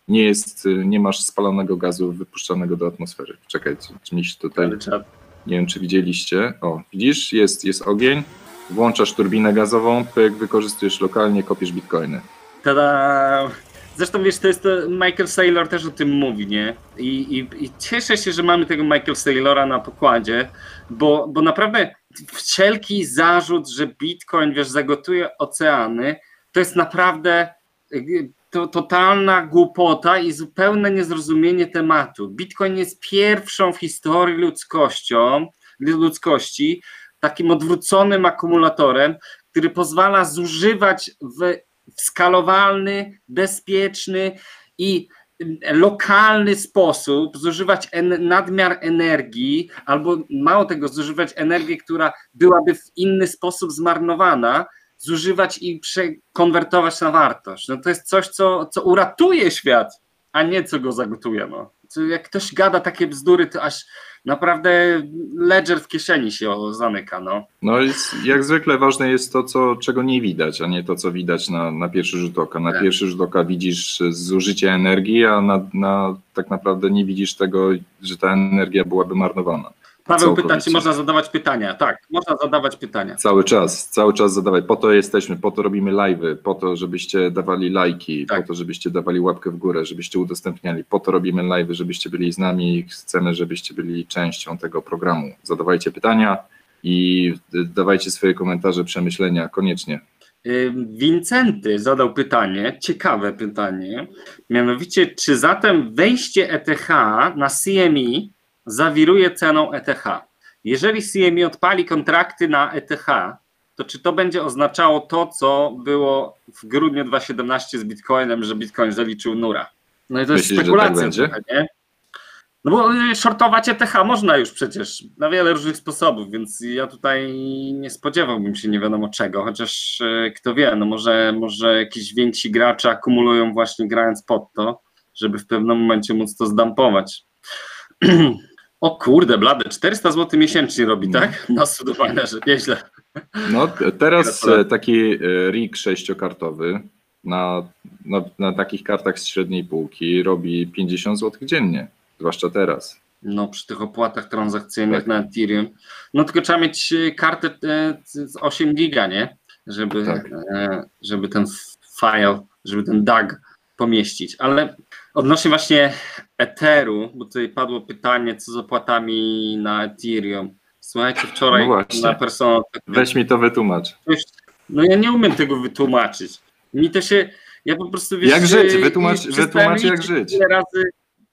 nie jest, nie masz spalonego gazu wypuszczanego do atmosfery. Czekajcie, czy mi się tutaj, nie wiem czy widzieliście, o widzisz, jest, jest ogień, włączasz turbinę gazową, pyk, wykorzystujesz lokalnie, kopiesz bitcoiny. Tada! Zresztą wiesz, to jest to, Michael Saylor też o tym mówi, nie? I, i, i cieszę się, że mamy tego Michael Saylora na pokładzie, bo, bo naprawdę wszelki zarzut, że Bitcoin, wiesz, zagotuje oceany, to jest naprawdę to, totalna głupota i zupełne niezrozumienie tematu. Bitcoin jest pierwszą w historii ludzkością, ludzkości takim odwróconym akumulatorem, który pozwala zużywać w w skalowalny, bezpieczny i lokalny sposób zużywać en- nadmiar energii, albo mało tego, zużywać energię, która byłaby w inny sposób zmarnowana, zużywać i przekonwertować na wartość. No to jest coś, co, co uratuje świat, a nie co go zagotuje. No. Jak ktoś gada takie bzdury, to aż naprawdę ledger w kieszeni się zamyka. No, no jest, jak zwykle ważne jest to, co, czego nie widać, a nie to, co widać na, na pierwszy rzut oka. Na tak. pierwszy rzut oka widzisz zużycie energii, a na, na, tak naprawdę nie widzisz tego, że ta energia byłaby marnowana. Paweł pyta, czy można zadawać pytania. Tak, można zadawać pytania. Cały czas, cały czas zadawać. Po to jesteśmy, po to robimy live'y, po to, żebyście dawali lajki, tak. po to, żebyście dawali łapkę w górę, żebyście udostępniali. Po to robimy live'y, żebyście byli z nami i chcemy, żebyście byli częścią tego programu. Zadawajcie pytania i dawajcie swoje komentarze, przemyślenia, koniecznie. Wincenty zadał pytanie, ciekawe pytanie, mianowicie, czy zatem wejście E T H na C M E zawiruje ceną E T H? Jeżeli C M E odpali kontrakty na E T H, to czy to będzie oznaczało to, co było w grudniu dwa tysiące siedemnastym z Bitcoinem, że Bitcoin zaliczył nura? No i to Myślisz, jest spekulacja. że tak będzie? Trochę, nie? No bo shortować E T H można już przecież na wiele różnych sposobów, więc ja tutaj nie spodziewałbym się nie wiadomo czego, chociaż kto wie, no może, może jakiś więksi gracze akumulują właśnie grając pod to, żeby w pewnym momencie móc to zdumpować. O kurde, blade, czterysta złotych miesięcznie robi, no. Tak? Na studowanie, że nieźle. No teraz taki rig sześciokartowy na, na, na takich kartach z średniej półki robi pięćdziesiąt złotych dziennie, zwłaszcza teraz. No przy tych opłatach transakcyjnych tak. Na Ethereum. No tylko trzeba mieć kartę z osiem giga, nie? Żeby, tak. żeby ten file, żeby ten D A G pomieścić, ale odnośnie właśnie Etheru, bo tutaj padło pytanie, co z opłatami na Ethereum. Słuchajcie, wczoraj no na Persona... Weź mi to wytłumacz. No ja nie umiem tego wytłumaczyć. Mi to się... Ja po prostu... Wiesz, jak żyć? Wytłumacz, wytłumacz jak żyć. Razy...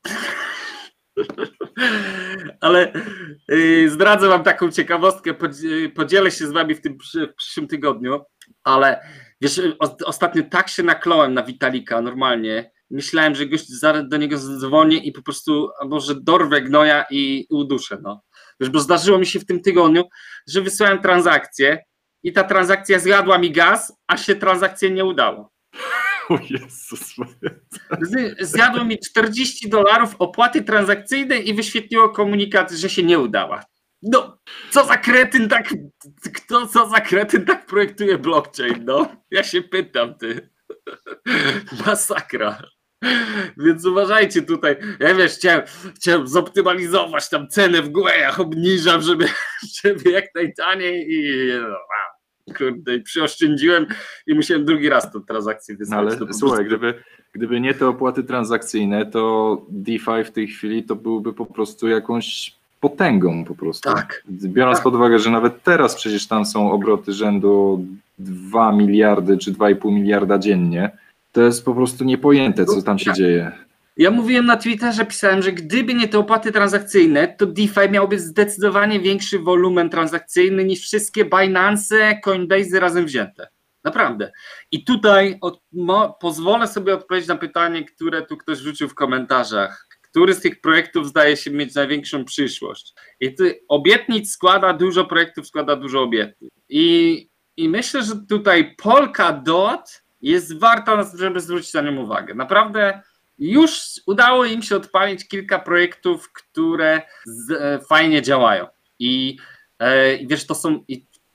Ale yy, zdradzę wam taką ciekawostkę, podzielę się z wami w tym przy, w przyszłym tygodniu, ale wiesz, o, ostatnio tak się nakląłem na Witalika normalnie, myślałem, że gość zaraz do niego zadzwonię i po prostu, albo że dorwę gnoja i uduszę, no. Wiesz, bo zdarzyło mi się w tym tygodniu, że wysłałem transakcję i ta transakcja zjadła mi gaz, a się transakcja nie udało. O Jezus. Zjadło mi czterdzieści dolarów opłaty transakcyjnej i wyświetliło komunikat, że się nie udała. No, co za kretyn tak, kto co za kretyn tak projektuje blockchain, no? Ja się pytam, ty. Masakra. Więc uważajcie tutaj. Ja wiesz, chciałem, chciałem zoptymalizować tam cenę w głębach, obniżam, żeby, żeby jak najtaniej i no, kurde, i przyoszczędziłem i musiałem drugi raz tę transakcję wysłać. No ale słuchaj, gdyby, gdyby nie te opłaty transakcyjne, to DeFi w tej chwili to byłby po prostu jakąś potęgą po prostu. Tak. Biorąc tak. pod uwagę, że nawet teraz przecież tam są obroty rzędu dwa miliardy czy dwa i pół miliarda dziennie, to jest po prostu niepojęte, co tam się dzieje. Ja mówiłem na Twitterze, pisałem, że gdyby nie te opłaty transakcyjne, to DeFi miałby zdecydowanie większy wolumen transakcyjny niż wszystkie Binance, Coinbase razem wzięte. Naprawdę. I tutaj od, mo, pozwolę sobie odpowiedzieć na pytanie, które tu ktoś rzucił w komentarzach. Który z tych projektów zdaje się mieć największą przyszłość? I ty, obietnic składa dużo projektów, składa dużo obietnic. I, i myślę, że tutaj Polkadot jest warta, żeby zwrócić na nią uwagę. Naprawdę już udało im się odpalić kilka projektów, które z, e, fajnie działają. I, e, i wiesz, to są, i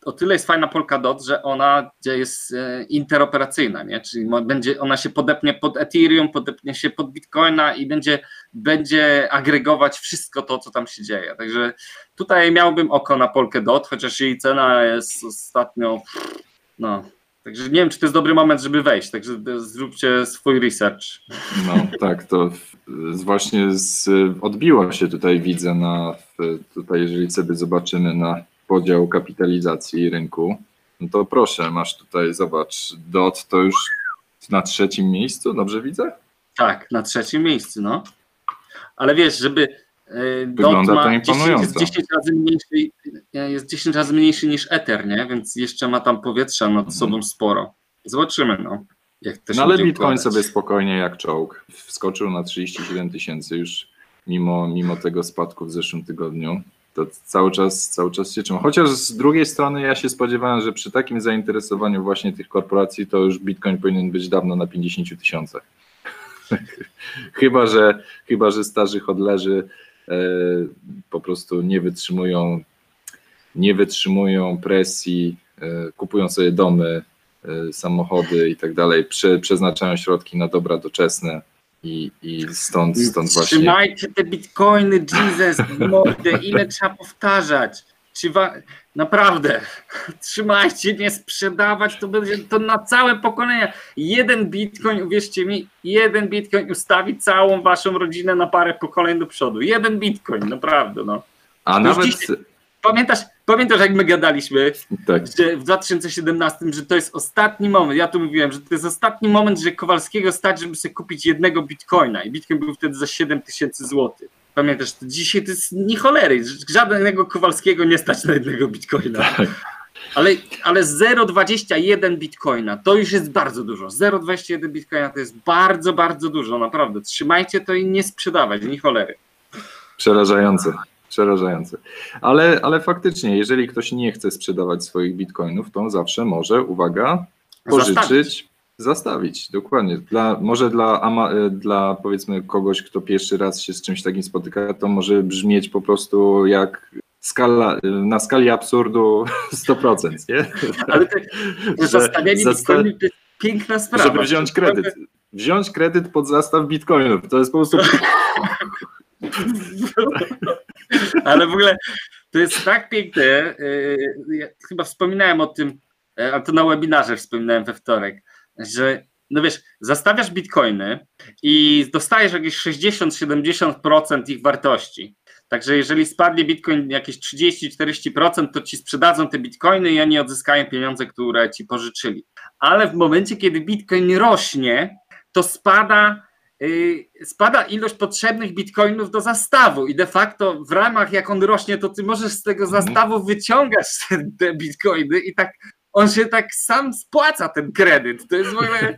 o tyle jest fajna Polkadot, że ona jest interoperacyjna, nie? Czyli będzie, ona się podepnie pod Ethereum, podepnie się pod Bitcoina i będzie, będzie agregować wszystko to, co tam się dzieje. Także tutaj miałbym oko na Polkadot, chociaż jej cena jest ostatnio, no, także nie wiem, czy to jest dobry moment, żeby wejść, także zróbcie swój research. No tak, to z, właśnie z, odbiło się tutaj, widzę, na tutaj, jeżeli sobie zobaczymy na podział kapitalizacji rynku, no to proszę, masz tutaj, zobacz, D O T to już na trzecim miejscu, dobrze widzę? Tak, na trzecim miejscu, no. Ale wiesz, żeby Wygląda D O T to ma imponująco. jest dziesięć razy mniejszy, jest dziesięć razy mniejszy niż Ether, nie? Więc jeszcze ma tam powietrza nad Mhm. sobą sporo. Zobaczymy, no. Jak to się No ale będzie Bitcoin układać. sobie spokojnie jak czołg wskoczył na trzydzieści siedem tysięcy już mimo, mimo tego spadku w zeszłym tygodniu. To cały czas, cały czas się trzyma. Chociaż z drugiej strony ja się spodziewałem, że przy takim zainteresowaniu właśnie tych korporacji to już Bitcoin powinien być dawno na pięćdziesięciu tysiącach. chyba, że, chyba, że starzy hodlerzy e, po prostu nie wytrzymują, nie wytrzymują presji, e, kupują sobie domy, e, samochody i tak dalej, prze, przeznaczają środki na dobra doczesne. I, i stąd, stąd właśnie... Trzymajcie te bitcoiny, Jesus, mordę, ile trzeba powtarzać? Czy wa... Naprawdę, trzymajcie, nie sprzedawać, to będzie to na całe pokolenia. Jeden bitcoin, uwierzcie mi, jeden bitcoin ustawi całą waszą rodzinę na parę pokoleń do przodu. Jeden bitcoin, naprawdę, no. A Już nawet... dzisiaj- Pamiętasz, pamiętasz, jak my gadaliśmy, Tak. że w dwa tysiące siedemnastym, że to jest ostatni moment, ja tu mówiłem, że to jest ostatni moment, że Kowalskiego stać, żeby sobie kupić jednego bitcoina i bitcoin był wtedy za siedem tysięcy złotych. Pamiętasz, to dzisiaj to jest ni cholery, żadnego Kowalskiego nie stać na jednego bitcoina. Tak. Ale, ale zero przecinek dwadzieścia jeden bitcoina to już jest bardzo dużo. zero przecinek dwadzieścia jeden bitcoina to jest bardzo, bardzo dużo, naprawdę. Trzymajcie to i nie sprzedawać, ni cholery. Przerażające. Przerażające. Ale, ale faktycznie, jeżeli ktoś nie chce sprzedawać swoich bitcoinów, to on zawsze może, uwaga, pożyczyć, zastawić, zastawić dokładnie. Dla, może dla, ama, dla powiedzmy kogoś, kto pierwszy raz się z czymś takim spotyka, to może brzmieć po prostu jak skala, na skali absurdu sto procent, nie? Ale to, to zastawianie zasta- bitcoinów to jest piękna sprawa. Żeby wziąć kredyt. Wziąć kredyt pod zastaw bitcoinów. To jest po prostu... Ale w ogóle to jest tak piękne, ja chyba wspominałem o tym, a to na webinarze wspominałem we wtorek, że no wiesz, zastawiasz bitcoiny i dostajesz jakieś sześćdziesiąt do siedemdziesięciu procent ich wartości. Także jeżeli spadnie bitcoin jakieś trzydzieści do czterdziestu procent, to ci sprzedadzą te bitcoiny i oni odzyskają pieniądze, które ci pożyczyli. Ale w momencie, kiedy bitcoin rośnie, to spada spada ilość potrzebnych bitcoinów do zastawu i de facto w ramach, jak on rośnie, to ty możesz z tego zastawu wyciągać te bitcoiny i tak on się tak sam spłaca, ten kredyt. To jest w ogóle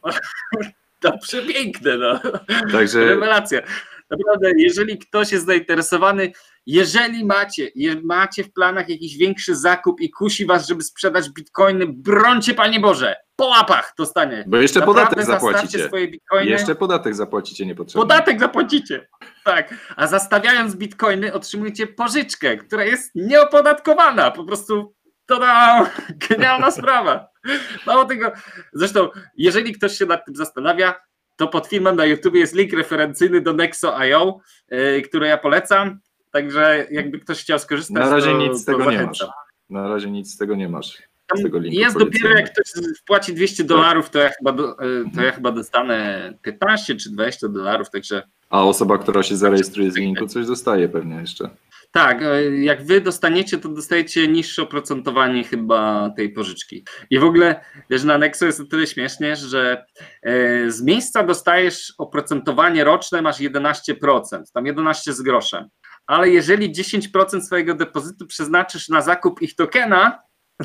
to przepiękne, no. Także... Rewelacja. Naprawdę, jeżeli ktoś jest zainteresowany, jeżeli macie, macie w planach jakiś większy zakup i kusi was, żeby sprzedać bitcoiny, brońcie, Panie Boże, po łapach dostanie. Bo jeszcze Naprawdę podatek zapłacicie. Swoje bitcoiny. Jeszcze podatek zapłacicie niepotrzebny. Podatek zapłacicie, tak. A zastawiając bitcoiny otrzymujecie pożyczkę, która jest nieopodatkowana. Po prostu to da genialna sprawa. Mało tego, zresztą jeżeli ktoś się nad tym zastanawia, to pod filmem na YouTube jest link referencyjny do Nexo kropka i o, yy, który ja polecam, także jakby ktoś chciał skorzystać, na razie to, nic z tego to nie masz. Na razie nic z tego nie masz. Z tego linku jest polecenia. dopiero jak ktoś wpłaci dwieście dolarów, to ja chyba, do, to ja chyba dostanę piętnaście czy dwadzieścia dolarów, także... A osoba, która się zarejestruje z linku, coś dostaje pewnie jeszcze. Tak, jak wy dostaniecie, to dostajecie niższe oprocentowanie chyba tej pożyczki. I w ogóle, wiesz, na Nexo jest o tyle śmiesznie, że z miejsca dostajesz oprocentowanie roczne, masz jedenaście procent, tam jedenaście z groszem. Ale jeżeli dziesięć procent swojego depozytu przeznaczysz na zakup ich tokena,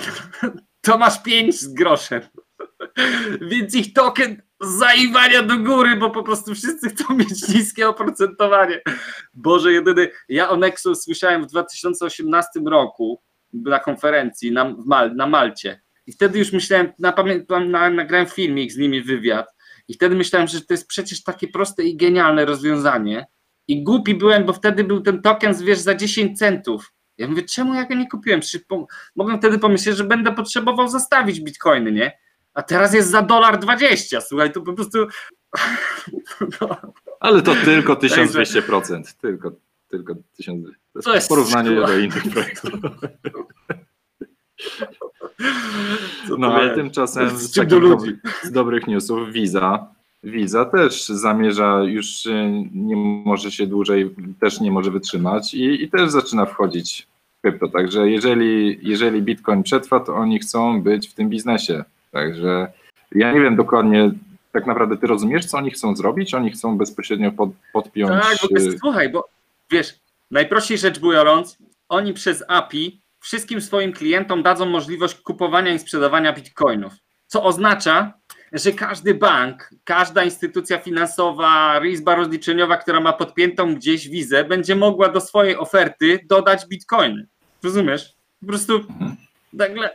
to masz pięć z groszem. Więc ich token zaiwania do góry, bo po prostu wszyscy chcą mieć niskie oprocentowanie. Boże jedyny, ja o Nexo słyszałem w dwa tysiące osiemnastym roku na konferencji na, Mal, na Malcie i wtedy już myślałem, na, na, nagrałem filmik z nimi, wywiad i wtedy myślałem, że to jest przecież takie proste i genialne rozwiązanie i głupi byłem, bo wtedy był ten token, wiesz, za dziesięć centów Ja mówię, czemu ja go nie kupiłem? Przecież po, mogłem wtedy pomyśleć, że będę potrzebował zostawić bitcoiny, nie? A teraz jest za dolar dwadzieścia, słuchaj, to po prostu... No. Ale to tylko tysiąc dwieście procent, tylko, tylko tysiąc dwieście procent. To jest porównanie do innych projektów. No ale tymczasem z, takich do, z dobrych newsów Visa, Visa też zamierza, już nie może się dłużej, też nie może wytrzymać i, i też zaczyna wchodzić w krypto. Także jeżeli, jeżeli Bitcoin przetrwa, to oni chcą być w tym biznesie. Także ja nie wiem dokładnie, tak naprawdę ty rozumiesz, co oni chcą zrobić? Oni chcą bezpośrednio pod, podpiąć... Tak, bo jest, słuchaj, bo wiesz, najprościej rzecz biorąc, oni przez A P I wszystkim swoim klientom dadzą możliwość kupowania i sprzedawania bitcoinów, co oznacza, że każdy bank, każda instytucja finansowa, izba rozliczeniowa, która ma podpiętą gdzieś wizę, będzie mogła do swojej oferty dodać bitcoiny. Rozumiesz? Po prostu nagle...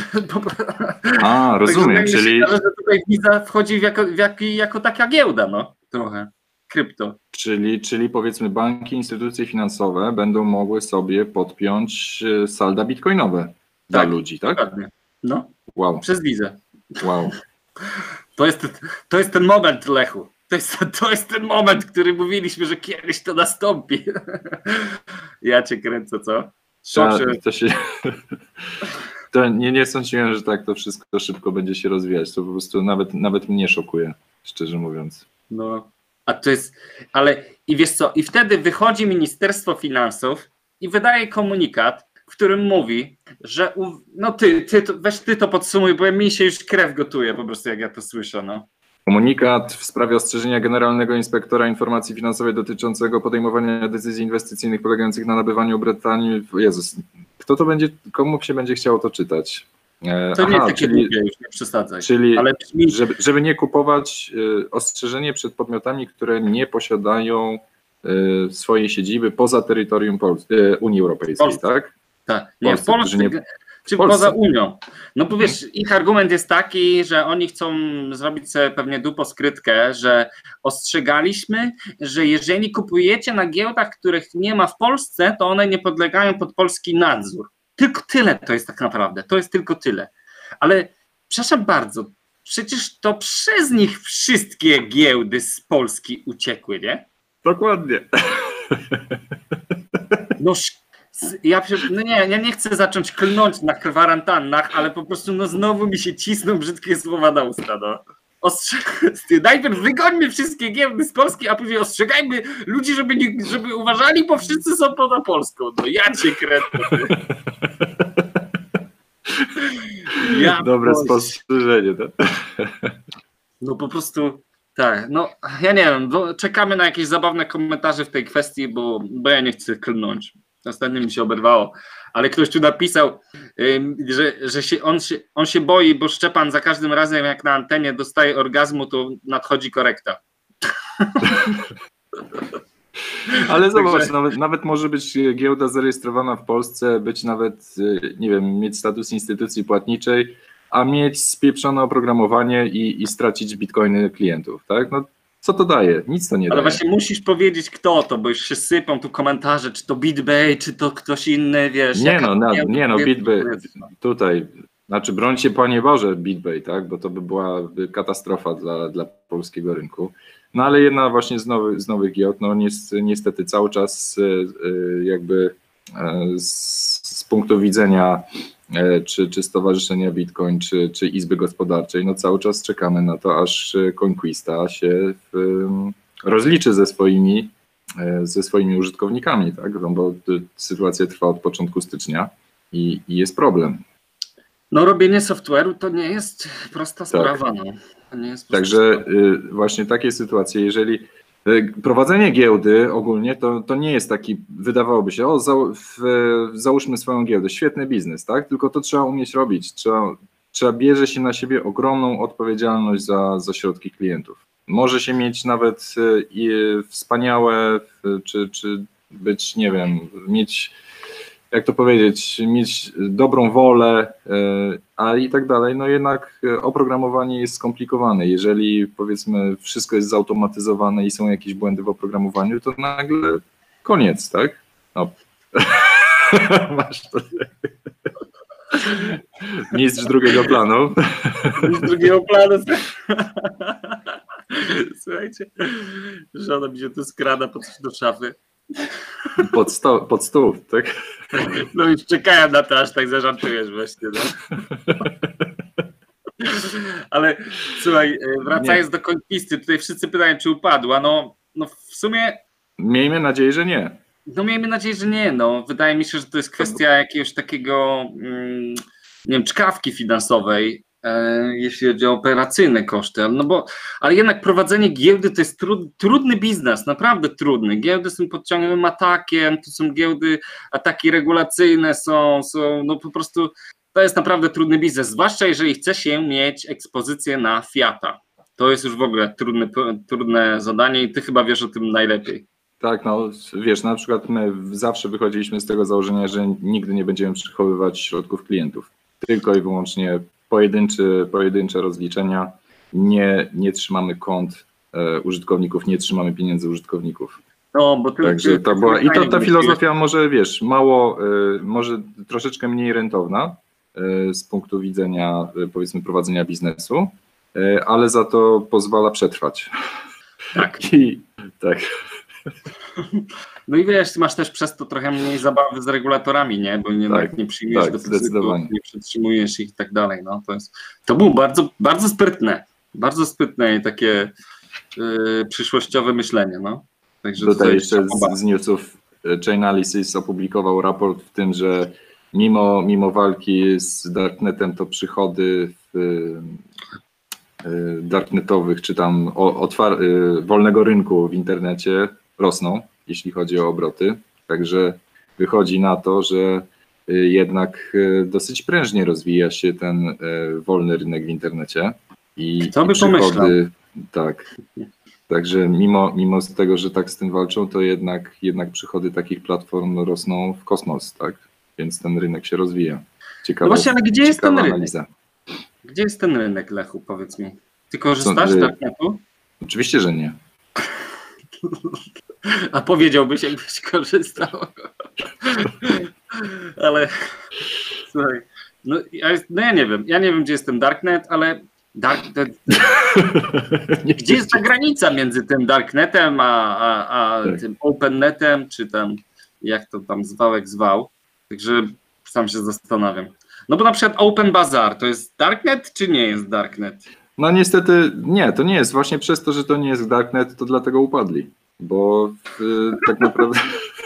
A, rozumiem, tak, czyli... Że tutaj Visa wchodzi w jako, w jak, jako taka giełda, no, trochę, krypto. Czyli, czyli powiedzmy banki, instytucje finansowe będą mogły sobie podpiąć salda bitcoinowe tak, dla ludzi, tak? Dokładnie. No, wow. Przez Vizę. Wow. To jest, to jest ten moment, Lechu. To jest, to jest ten moment, który mówiliśmy, że kiedyś to nastąpi. Ja cię kręcę, co? Ta, to się... To nie, nie sądziłem, że tak to wszystko szybko będzie się rozwijać. To po prostu nawet, nawet mnie szokuje, szczerze mówiąc. No, a to jest, ale i wiesz co, i wtedy wychodzi Ministerstwo Finansów i wydaje komunikat, w którym mówi, że u, no ty, ty to, weź ty to podsumuj, bo mi się już krew gotuje po prostu, jak ja to słyszę, no. Komunikat w sprawie ostrzeżenia Generalnego Inspektora Informacji Finansowej dotyczącego podejmowania decyzji inwestycyjnych polegających na nabywaniu Brytanii. Jezus, kto to będzie, komu się będzie chciało to czytać? E, to aha, nie takie czyli, długie, już nie przesadzaj. Czyli, ale żeby, żeby nie kupować y, ostrzeżenie przed podmiotami, które nie posiadają y, swojej siedziby poza terytorium Pol y, Unii Europejskiej, Polsce. Tak? Tak, nie, Polsce, w Polsce, nie... czy Polsce. Poza Unią. No bo wiesz, hmm. ich argument jest taki, że oni chcą zrobić sobie pewnie duposkrytkę, że ostrzegaliśmy, że jeżeli kupujecie na giełdach, których nie ma w Polsce, to one nie podlegają pod polski nadzór. Tylko tyle to jest tak naprawdę, to jest tylko tyle. Ale przepraszam bardzo, przecież to przez nich wszystkie giełdy z Polski uciekły, nie? Dokładnie. No ja, no nie, ja nie chcę zacząć klnąć na kwarantannach, ale po prostu no znowu mi się cisną brzydkie słowa na usta, no. Ostrze- Najpierw wygońmy wszystkie giełdy z Polski, a później ostrzegajmy ludzi, żeby, nie, żeby uważali, bo wszyscy są poza Polską. No ja cię kręcę. Ja Dobre spostrzeżenie. Tak? No po prostu tak, no ja nie wiem, czekamy na jakieś zabawne komentarze w tej kwestii, bo, bo ja nie chcę klnąć. Ostatnio mi się oberwało, ale ktoś tu napisał, że, że się, on, się, on się boi, bo Szczepan za każdym razem jak na antenie dostaje orgazmu, to nadchodzi korekta. Ale zobacz, Także... nawet, nawet może być giełda zarejestrowana w Polsce, być nawet, nie wiem, mieć status instytucji płatniczej, a mieć spieprzone oprogramowanie i, i stracić bitcoiny klientów, tak? No, co to daje? Nic to nie Ale daje. Ale właśnie musisz powiedzieć, kto to, bo już się sypą tu komentarze, czy to BitBay, czy to ktoś inny, wiesz. Nie no, no, nie no, BitBay, tutaj, znaczy broń się Panie Boże BitBay, tak, bo to by była katastrofa dla, dla polskiego rynku. No ale jedna właśnie z nowych, z nowych giełd, no niestety cały czas jakby z, z punktu widzenia czy, czy Stowarzyszenia Bitcoin, czy, czy Izby Gospodarczej, no cały czas czekamy na to, aż Coinquista się w, rozliczy ze swoimi, ze swoimi użytkownikami, tak? No bo sytuacja trwa od początku stycznia i, i jest problem. No robienie software'u to nie jest prosta sprawa. Tak. No. To nie jest Także sprawa. Właśnie takie sytuacje, jeżeli prowadzenie giełdy ogólnie to, to nie jest taki, wydawałoby się, o za, w, załóżmy swoją giełdę, świetny biznes, tak? Tylko to trzeba umieć robić, trzeba, trzeba bierze się na siebie ogromną odpowiedzialność za, za środki klientów. Może się mieć nawet i wspaniałe, czy, czy być, nie wiem, mieć, jak to powiedzieć, mieć dobrą wolę, a i tak dalej, no jednak oprogramowanie jest skomplikowane. Jeżeli powiedzmy wszystko jest zautomatyzowane i są jakieś błędy w oprogramowaniu, to nagle koniec, tak? No. Masz to. Mistrz drugiego planu. Mistrz drugiego planu. Słuchajcie, żona mi się tu skrada po coś do szafy. Pod, sto, pod stół, tak? No już czekałem na to, aż tak zażartujesz właśnie. No. Ale słuchaj, wracając nie. do Conquisty, tutaj wszyscy pytają, czy upadła. No, no w sumie... Miejmy nadzieję, że nie. No miejmy nadzieję, że nie. No. Wydaje mi się, że to jest kwestia jakiegoś takiego, mm, nie wiem, czkawki finansowej, e, jeśli chodzi o operacyjne koszty. No bo, ale jednak prowadzenie giełdy to jest trud, trudny biznes, naprawdę trudny. Giełdy są pod ciągłym atakiem, tu są giełdy, ataki regulacyjne są, są, no po prostu to jest naprawdę trudny biznes, zwłaszcza jeżeli chce się mieć ekspozycję na Fiata. To jest już w ogóle trudne, trudne zadanie i ty chyba wiesz o tym najlepiej. Tak, no wiesz, na przykład my zawsze wychodziliśmy z tego założenia, że nigdy nie będziemy przechowywać środków klientów. Tylko i wyłącznie pojedynczy, pojedyncze rozliczenia. Nie, nie trzymamy kont e, użytkowników, nie trzymamy pieniędzy użytkowników. No, bo ty, Także ty, to ty, była, ty, i to, ta ty, filozofia może, wiesz, mało, e, może troszeczkę mniej rentowna e, z punktu widzenia, e, powiedzmy, prowadzenia biznesu, e, ale za to pozwala przetrwać. Tak. I, tak. No i wiesz, ty masz też przez to trochę mniej zabawy z regulatorami, nie? Bo nie, tak, nie przyjmujesz tak, depozytu, nie przetrzymujesz ich i tak dalej. No, to, jest, to było bardzo, bardzo sprytne, bardzo sprytne i takie yy, przyszłościowe myślenie. No. Także tutaj, tutaj jeszcze z, z newsów Chainalysis opublikował raport w tym, że mimo, mimo walki z Darknetem, to przychody w, yy, darknetowych, czy tam otwar- yy, wolnego rynku w internecie rosną, jeśli chodzi o obroty. Także wychodzi na to, że jednak dosyć prężnie rozwija się ten wolny rynek w internecie. I, Kto by i przychody, pomyślał? tak. Także mimo, mimo tego, że tak z tym walczą, to jednak, jednak przychody takich platform rosną w kosmos, tak? Więc ten rynek się rozwija. Ciekawa, no właśnie, ale gdzie jest ten rynek? Analiza. Gdzie jest ten rynek, Lechu, powiedz mi? Ty korzystasz z Darknetu? Oczywiście, że nie. A powiedziałbyś, jakbyś korzystał. Ale słuchaj, no ja, no ja nie wiem, ja nie wiem, gdzie jest ten Darknet, ale Darknet, gdzie jest ta granica między tym Darknetem, a, a, a tak. tym OpenNetem, czy tam, jak to tam zwałek zwał. Także sam się zastanawiam. No bo na przykład Open Bazaar to jest Darknet, czy nie jest Darknet? No niestety nie, to nie jest. Właśnie przez to, że to nie jest Darknet, to dlatego upadli. Bo y, tak naprawdę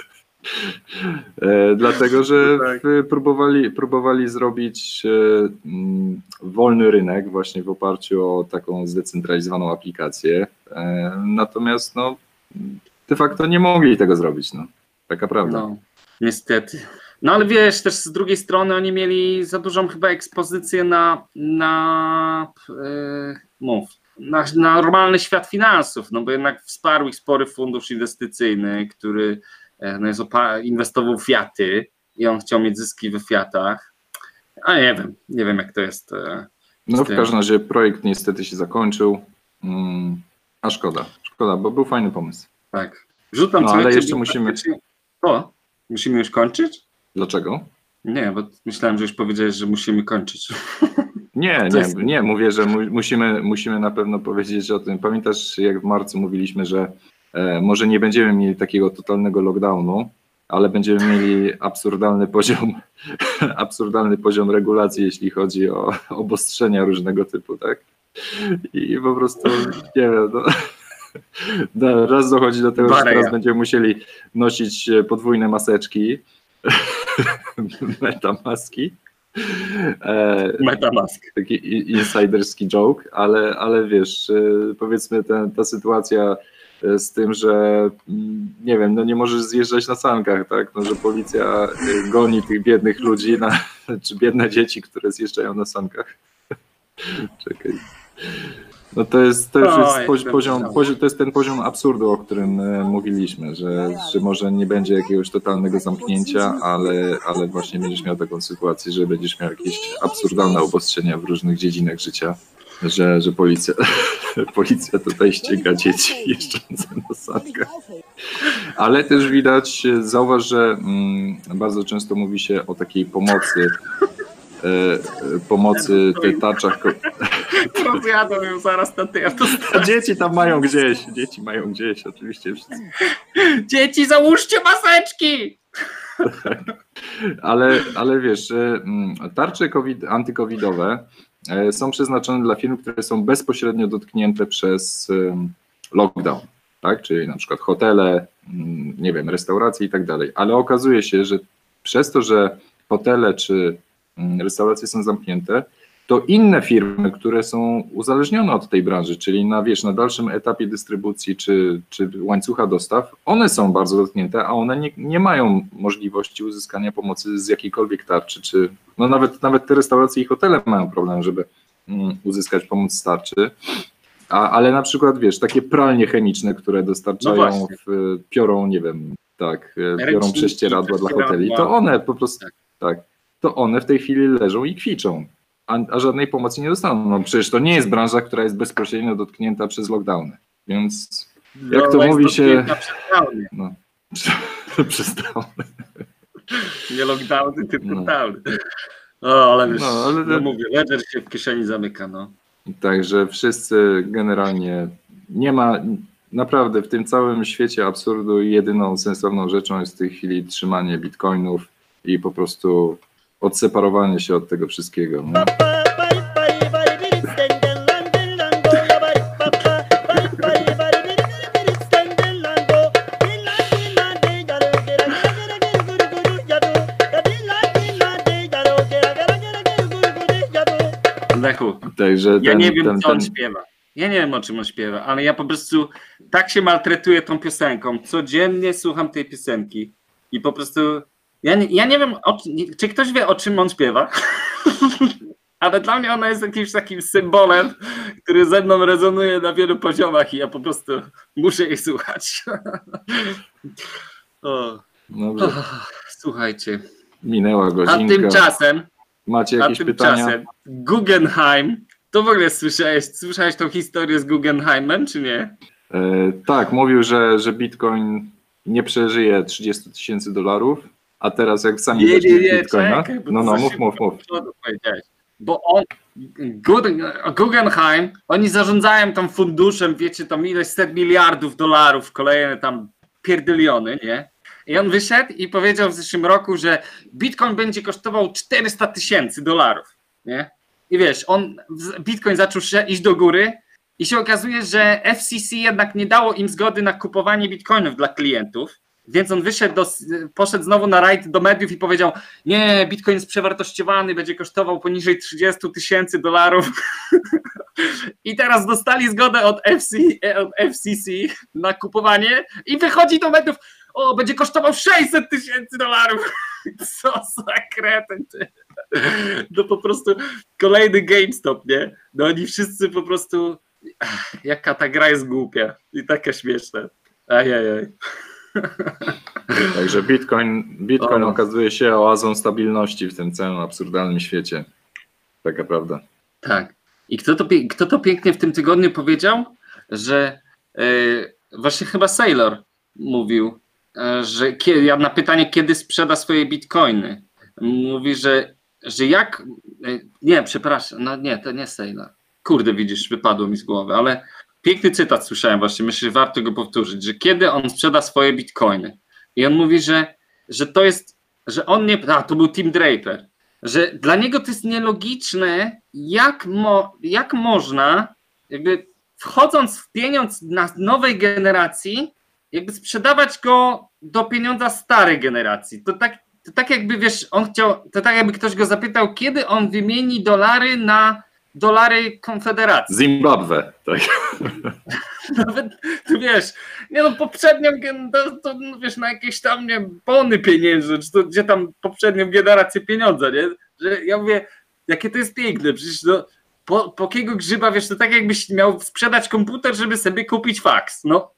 e, dlatego, że y, próbowali, próbowali zrobić y, y, wolny rynek właśnie w oparciu o taką zdecentralizowaną aplikację. E, natomiast no, de facto nie mogli tego zrobić. No. Taka prawda. No, niestety. No ale wiesz, też z drugiej strony oni mieli za dużą chyba ekspozycję na, na yy, mów, na, na normalny świat finansów, no bo jednak wsparł ich spory fundusz inwestycyjny, który no jest opa- inwestował w Fiaty i on chciał mieć zyski we Fiatach. A nie wiem, nie wiem jak to jest. E, no w tym. każdym razie projekt niestety się zakończył, mm, a szkoda, szkoda, bo był fajny pomysł. Tak. Rzucam no, ale jeszcze musimy... O, musimy już kończyć? Dlaczego? Nie, bo myślałem, że już powiedziałeś, że musimy kończyć. Nie, nie, jest... nie, mówię, że mu, musimy, musimy na pewno powiedzieć o tym. Pamiętasz, jak w marcu mówiliśmy, że e, może nie będziemy mieli takiego totalnego lockdownu, ale będziemy mieli absurdalny poziom, absurdalny poziom regulacji, jeśli chodzi o obostrzenia różnego typu, tak? I po prostu, nie wiem, no, no, raz dochodzi do tego, Bareja. że teraz będziemy musieli nosić podwójne maseczki, metamaski. E, Metamask. Taki insiderski joke, ale, ale wiesz, powiedzmy ta, ta sytuacja z tym, że nie wiem, no nie możesz zjeżdżać na sankach, tak? No, że policja goni tych biednych ludzi, na, czy biedne dzieci, które zjeżdżają na sankach. Czekaj. No to jest, to już jest, o, jest poziom, poziom, to jest ten poziom absurdu, o którym mówiliśmy, że, że może nie będzie jakiegoś totalnego zamknięcia, ale, ale właśnie będziesz miał taką sytuację, że będziesz miał jakieś absurdalne obostrzenia w różnych dziedzinach życia. że, że policja, policja tutaj ściga dzieci jeżdżące na sankach. Ale też widać, zauważ, że mm, bardzo często mówi się o takiej pomocy, e, pomocy w tarczach. Rozjadą ją zaraz na tej autostradzie. Dzieci tam mają gdzieś, dzieci mają gdzieś, oczywiście. Dzieci, załóżcie maseczki! Ale, ale wiesz, tarcze COVID, antykowidowe są przeznaczone dla firm, które są bezpośrednio dotknięte przez lockdown, tak? Czyli na przykład hotele, nie wiem, restauracje i tak dalej. Ale okazuje się, że przez to, że hotele czy restauracje są zamknięte, to inne firmy, które są uzależnione od tej branży, czyli na, wiesz, na dalszym etapie dystrybucji czy, czy łańcucha dostaw, one są bardzo dotknięte, a one nie, nie mają możliwości uzyskania pomocy z jakiejkolwiek tarczy, czy no nawet, nawet te restauracje i hotele mają problem, żeby mm, uzyskać pomoc z tarczy, a, ale na przykład, wiesz, takie pralnie chemiczne, które dostarczają, No w, piorą, nie wiem, tak, piorą Ręczniki, prześcieradła dla hoteli, to prześcieradła. one po prostu, Tak. tak, to one w tej chwili leżą i kwiczą. A, a żadnej pomocy nie dostaną. No przecież to nie jest branża, która jest bezpośrednio dotknięta przez lockdowny. Więc jak to No, mówi jest się... dotknięta przez downy. No, przez downy. Nie lockdowny, tylko No. downy. O, ale wiesz, No, no, ale- no mówię, ledger się w kieszeni zamyka, no. Także wszyscy generalnie nie ma... Naprawdę w tym całym świecie absurdu jedyną sensowną rzeczą jest w tej chwili trzymanie bitcoinów i po prostu odseparowanie się od tego wszystkiego. No. Lechu, Także ja ten, nie wiem, ten, co on ten, śpiewa. Ja nie wiem, o czym on śpiewa, ale ja po prostu tak się maltretuję tą piosenką. Codziennie słucham tej piosenki i po prostu ja nie, ja nie wiem, o, czy ktoś wie, o czym on śpiewa, ale dla mnie ona jest jakimś takim symbolem, który ze mną rezonuje na wielu poziomach i ja po prostu muszę jej słuchać. O, Dobrze, słuchajcie, minęła a godzinka. tymczasem Macie A jakieś pytania? tymczasem Guggenheim, to w ogóle słyszałeś, słyszałeś tą historię z Guggenheimem, czy nie? E, tak, mówił, że, że Bitcoin nie przeżyje trzydzieści tysięcy dolarów, a teraz jak sami Nie, weźmiemy nie, nie, Bitcoina, czekaj, bo no to no za mów, szybko mów, mów. do powiedziałeś. Bo on, Guggen- Guggenheim, oni zarządzają tam funduszem, wiecie, tam ileś set miliardów dolarów, kolejne tam pierdyliony, nie? I on wyszedł i powiedział w zeszłym roku, że Bitcoin będzie kosztował czterysta tysięcy dolarów, nie? I wiesz, on, Bitcoin zaczął się iść do góry i się okazuje, że F C C jednak nie dało im zgody na kupowanie bitcoinów dla klientów, więc on wyszedł, do, poszedł znowu na rajd do mediów i powiedział, nie, Bitcoin jest przewartościowany, będzie kosztował poniżej trzydzieści tysięcy dolarów. I teraz dostali zgodę od F C, od F C C na kupowanie i wychodzi do mediów, o, będzie kosztował sześćset tysięcy dolarów. Co za kretyn, ty. No po prostu kolejny GameStop, nie? No oni wszyscy po prostu, jaka ta gra jest głupia i taka śmieszna. Ajajaj. Także Bitcoin, Bitcoin O. okazuje się oazą stabilności w tym całym absurdalnym świecie. Taka prawda. Tak. I kto to, pie- kto to pięknie w tym tygodniu powiedział, że e, właśnie chyba Sailor mówił, e, że kiedy, ja na pytanie, kiedy sprzeda swoje bitcoiny, mówi, że, że jak, e, nie, przepraszam, no nie, to nie Sailor. Kurde, widzisz, wypadło mi z głowy, ale piękny cytat słyszałem właśnie, myślę, że warto go powtórzyć, że kiedy on sprzeda swoje bitcoiny. I on mówi, że, że to jest, że on nie, a to był Tim Draper, że dla niego to jest nielogiczne, jak, mo, jak można, jakby wchodząc w pieniądz na nowej generacji, jakby sprzedawać go do pieniądza starej generacji. To tak, to tak jakby, wiesz, on chciał, to tak jakby ktoś go zapytał, kiedy on wymieni dolary na dolary Konfederacji. Zimbabwe, tak. Nawet, ty wiesz, nie no poprzednią, gen- to, to no wiesz, na jakieś tam, nie wiem, bony pieniężne, czy to, gdzie tam poprzednią generację pieniądza, nie? Że ja mówię, jakie to jest piękne, przecież no, po, po jakiego grzyba, wiesz, to tak jakbyś miał sprzedać komputer, żeby sobie kupić faks, no.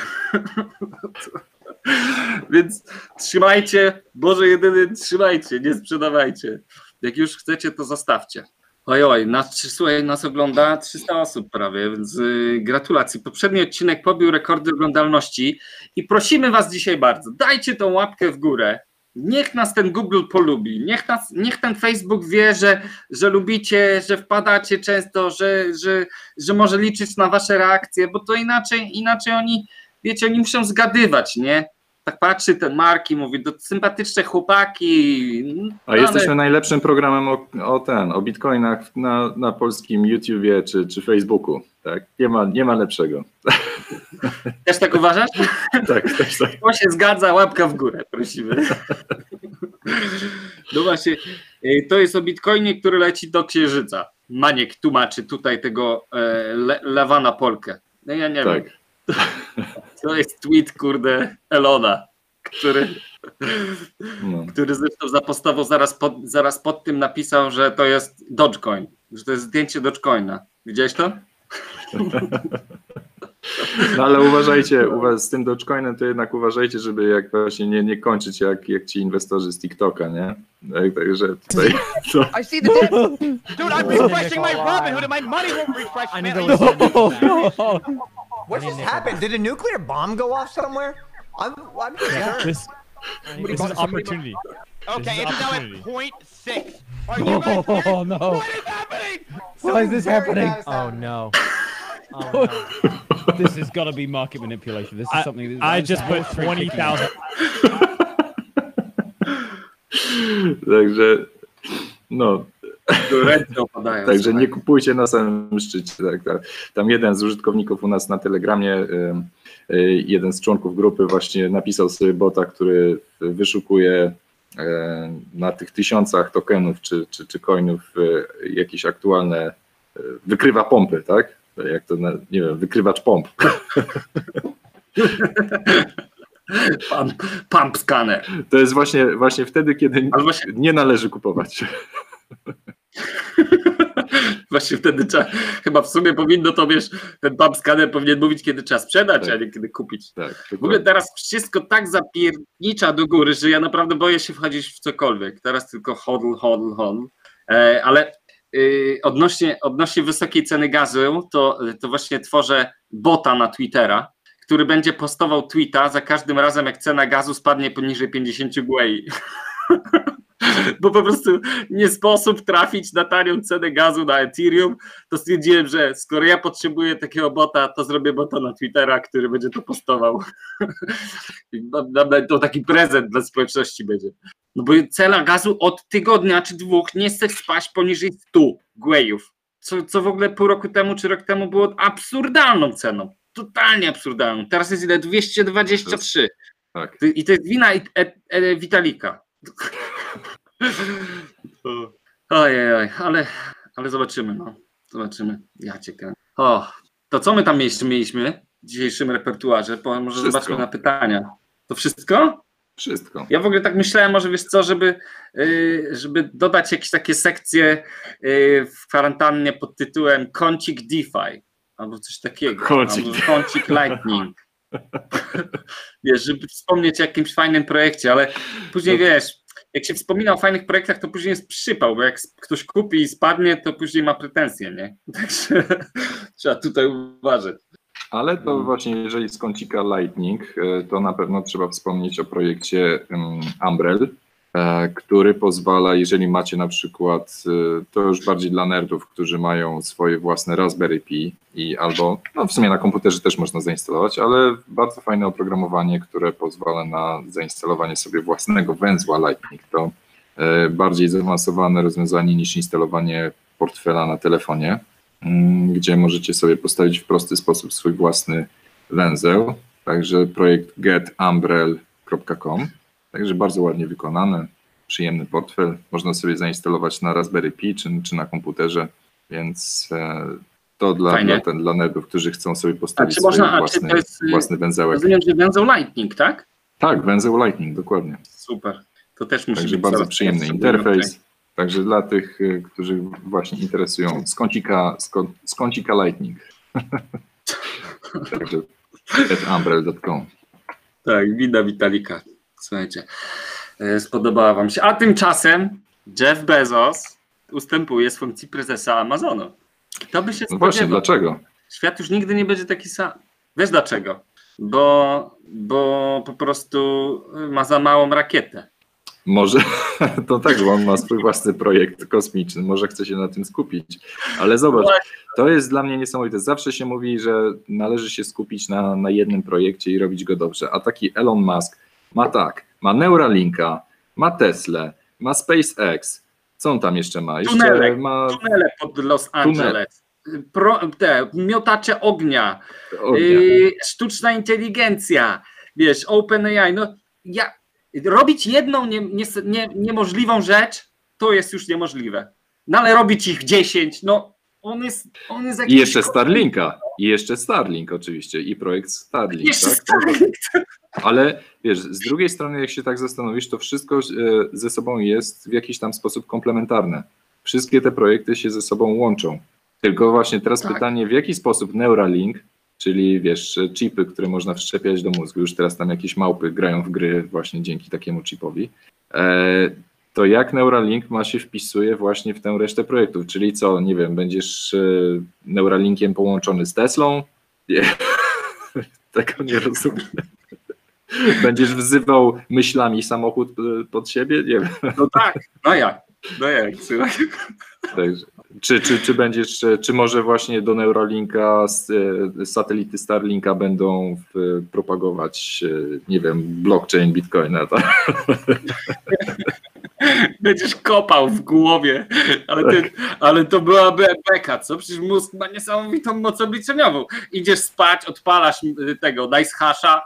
Więc trzymajcie, Boże jedyny, trzymajcie, nie sprzedawajcie. Jak już chcecie, to zostawcie. Oj, oj, nas, słuchaj, nas ogląda trzysta osób prawie, więc y, gratulacje. Poprzedni odcinek pobił rekordy oglądalności i prosimy was dzisiaj bardzo, dajcie tą łapkę w górę. Niech nas ten Google polubi, niech, nas, niech ten Facebook wie, że, że lubicie, że wpadacie często, że, że, że może liczyć na wasze reakcje, bo to inaczej, inaczej oni, wiecie, oni muszą zgadywać, nie? Tak patrzy ten Mark i mówi, to sympatyczne chłopaki. A ale... jesteśmy najlepszym programem o, o ten, o bitcoinach na, na polskim YouTubie czy, czy Facebooku. Tak? Nie ma, nie ma lepszego. Też tak uważasz? Tak, też tak. To się zgadza, łapka w górę, prosimy. No właśnie, to jest o bitcoinie, który leci do Księżyca. Maniek tłumaczy tutaj tego Le Lewana Polkę. No ja nie tak. wiem. To jest tweet, kurde, Elona, który, no. który zresztą zapostował zaraz pod, zaraz pod tym napisał, że to jest Dogecoin, że to jest zdjęcie Dogecoina. Widziałeś to? No ale uważajcie, z tym Dogecoinem to jednak uważajcie, żeby jak właśnie nie, nie kończyć jak, jak ci inwestorzy z TikToka, nie? Tak, także tutaj... To... I see the dude, I'm refreshing my Robinhood and my money won't refresh. I need to listen. What just happened? Did a nuclear bomb go off somewhere? I'm, I'm concerned. This, this is opportunity. Okay, this it's now opportunity. at point six. Are you guys serious? Oh no! What is happening? Why is this happening? Oh no! Oh no! This has got to be market manipulation. This is I, something. That, I just put twenty thousand. Także no. Opadają, Także słuchaj. nie kupujcie na samym szczycie. Tak. Tam jeden z użytkowników u nas na Telegramie, jeden z członków grupy właśnie napisał sobie bota, który wyszukuje na tych tysiącach tokenów czy, czy, czy coinów jakieś aktualne, wykrywa pompy, tak? Jak to, nie wiem, wykrywacz pomp. Pump, pump scanner. To jest właśnie, właśnie wtedy, kiedy właśnie... nie należy kupować. Właśnie wtedy trzeba, chyba w sumie powinno to, wiesz, ten pump scanner powinien mówić, kiedy trzeba sprzedać, tak. a nie kiedy kupić. Tak, w ogóle teraz wszystko tak zapiernicza do góry, że ja naprawdę boję się wchodzić w cokolwiek. Teraz tylko hodl, hodl, hodl. E, ale y, odnośnie, odnośnie wysokiej ceny gazu, to, to właśnie tworzę bota na Twittera, który będzie postował tweeta za każdym razem, jak cena gazu spadnie poniżej pięćdziesiąt gwei. Bo po prostu nie sposób trafić na tanią cenę gazu na Ethereum, to stwierdziłem, że skoro ja potrzebuję takiego bota, to zrobię bota na Twittera, który będzie to postował. To taki prezent dla społeczności będzie. No bo cena gazu od tygodnia czy dwóch nie chce spaść poniżej stu gwejów, co, co w ogóle pół roku temu czy rok temu było absurdalną ceną. Totalnie absurdalną. Teraz jest ile? dwieście dwadzieścia trzy. Tak. I to jest wina e, e, Witalika. Ojej, oj, ale, ale zobaczymy, no. Zobaczymy. Ja cię kręcę. O, to co my tam jeszcze mieliśmy w dzisiejszym repertuarze? Po, może Wszystko. zobaczmy na pytania. To wszystko? Wszystko. Ja w ogóle tak myślałem, może wiesz co, żeby, yy, żeby dodać jakieś takie sekcje yy, w kwarantannie pod tytułem Kącik DeFi. Albo coś takiego. Kącik, albo Kącik Lightning. Wiesz, żeby wspomnieć o jakimś fajnym projekcie, ale później wiesz, jak się wspomina o fajnych projektach, to później jest przypał, bo jak ktoś kupi i spadnie, to później ma pretensje, nie? Także trzeba tutaj uważać. Ale to właśnie, jeżeli z kącika Lightning, to na pewno trzeba wspomnieć o projekcie Umbrel, który pozwala, jeżeli macie na przykład, to już bardziej dla nerdów, którzy mają swoje własne Raspberry Pi i albo, no w sumie na komputerze też można zainstalować, ale bardzo fajne oprogramowanie, które pozwala na zainstalowanie sobie własnego węzła Lightning. To bardziej zaawansowane rozwiązanie niż instalowanie portfela na telefonie, gdzie możecie sobie postawić w prosty sposób swój własny węzeł. Także projekt get umbrel kropka com. Także bardzo ładnie wykonany, przyjemny portfel. Można sobie zainstalować na Raspberry Pi czy, czy na komputerze, więc e, to dla, dla, ten, dla nerdów, którzy chcą sobie postawić swój można, własny, to jest, własny węzełek. Rozumiem, że węzeł Lightning, tak? Tak, węzeł Lightning, dokładnie. Super. To też musi Także być bardzo przyjemny interfejs. Także dla tych, którzy właśnie interesują z kącika, z, kąt, z kącika Lightning. Także get umbrel kropka com. Tak, wina Witalika. Słuchajcie, spodobała wam się. A tymczasem Jeff Bezos ustępuje z funkcji prezesa Amazonu. To by się No właśnie, dlaczego? Świat już nigdy nie będzie taki sam. Wiesz dlaczego? Bo, bo po prostu ma za małą rakietę. Może to tak, bo on ma swój własny projekt kosmiczny, może chce się na tym skupić. Ale zobacz, to jest dla mnie niesamowite. Zawsze się mówi, że należy się skupić na, na jednym projekcie i robić go dobrze. A taki Elon Musk ma tak, ma Neuralinka, ma Teslę, ma SpaceX. Co on tam jeszcze ma? Jeszcze tunele, ma tunele pod Los Angeles. Pro, te, miotacze ognia, ognia. Yy, sztuczna inteligencja, wiesz, OpenAI. No, ja, robić jedną nie, nie, nie, niemożliwą rzecz, to jest już niemożliwe. No ale robić ich dziesięć, no on jest, on jest jakiś... I jeszcze Starlinka, i jeszcze Starlink oczywiście, i projekt Starlink. Jeszcze tak? Starlink. Ale wiesz, z drugiej strony jak się tak zastanowisz, to wszystko ze sobą jest w jakiś tam sposób komplementarne. Wszystkie te projekty się ze sobą łączą. Tylko właśnie teraz tak. Pytanie, w jaki sposób Neuralink, czyli wiesz, chipy, które można wszczepiać do mózgu, już teraz tam jakieś małpy grają w gry właśnie dzięki takiemu chipowi, to jak Neuralink ma się wpisuje właśnie w tę resztę projektów, czyli co, nie wiem, będziesz Neuralinkiem połączony z Teslą? Nie, tego nie rozumiem. Będziesz wzywał myślami samochód pod siebie? Nie wiem. No tak, no jak, no jak, słuchaj. Także. Czy, czy, czy będziesz, czy może właśnie do Neuralinka satelity Starlinka będą propagować, nie wiem, blockchain Bitcoina, tak? Będziesz kopał w głowie, ale, ty, tak. ale to byłaby beka, co? Przecież mózg ma niesamowitą moc obliczeniową. Idziesz spać, odpalasz tego nice hasha.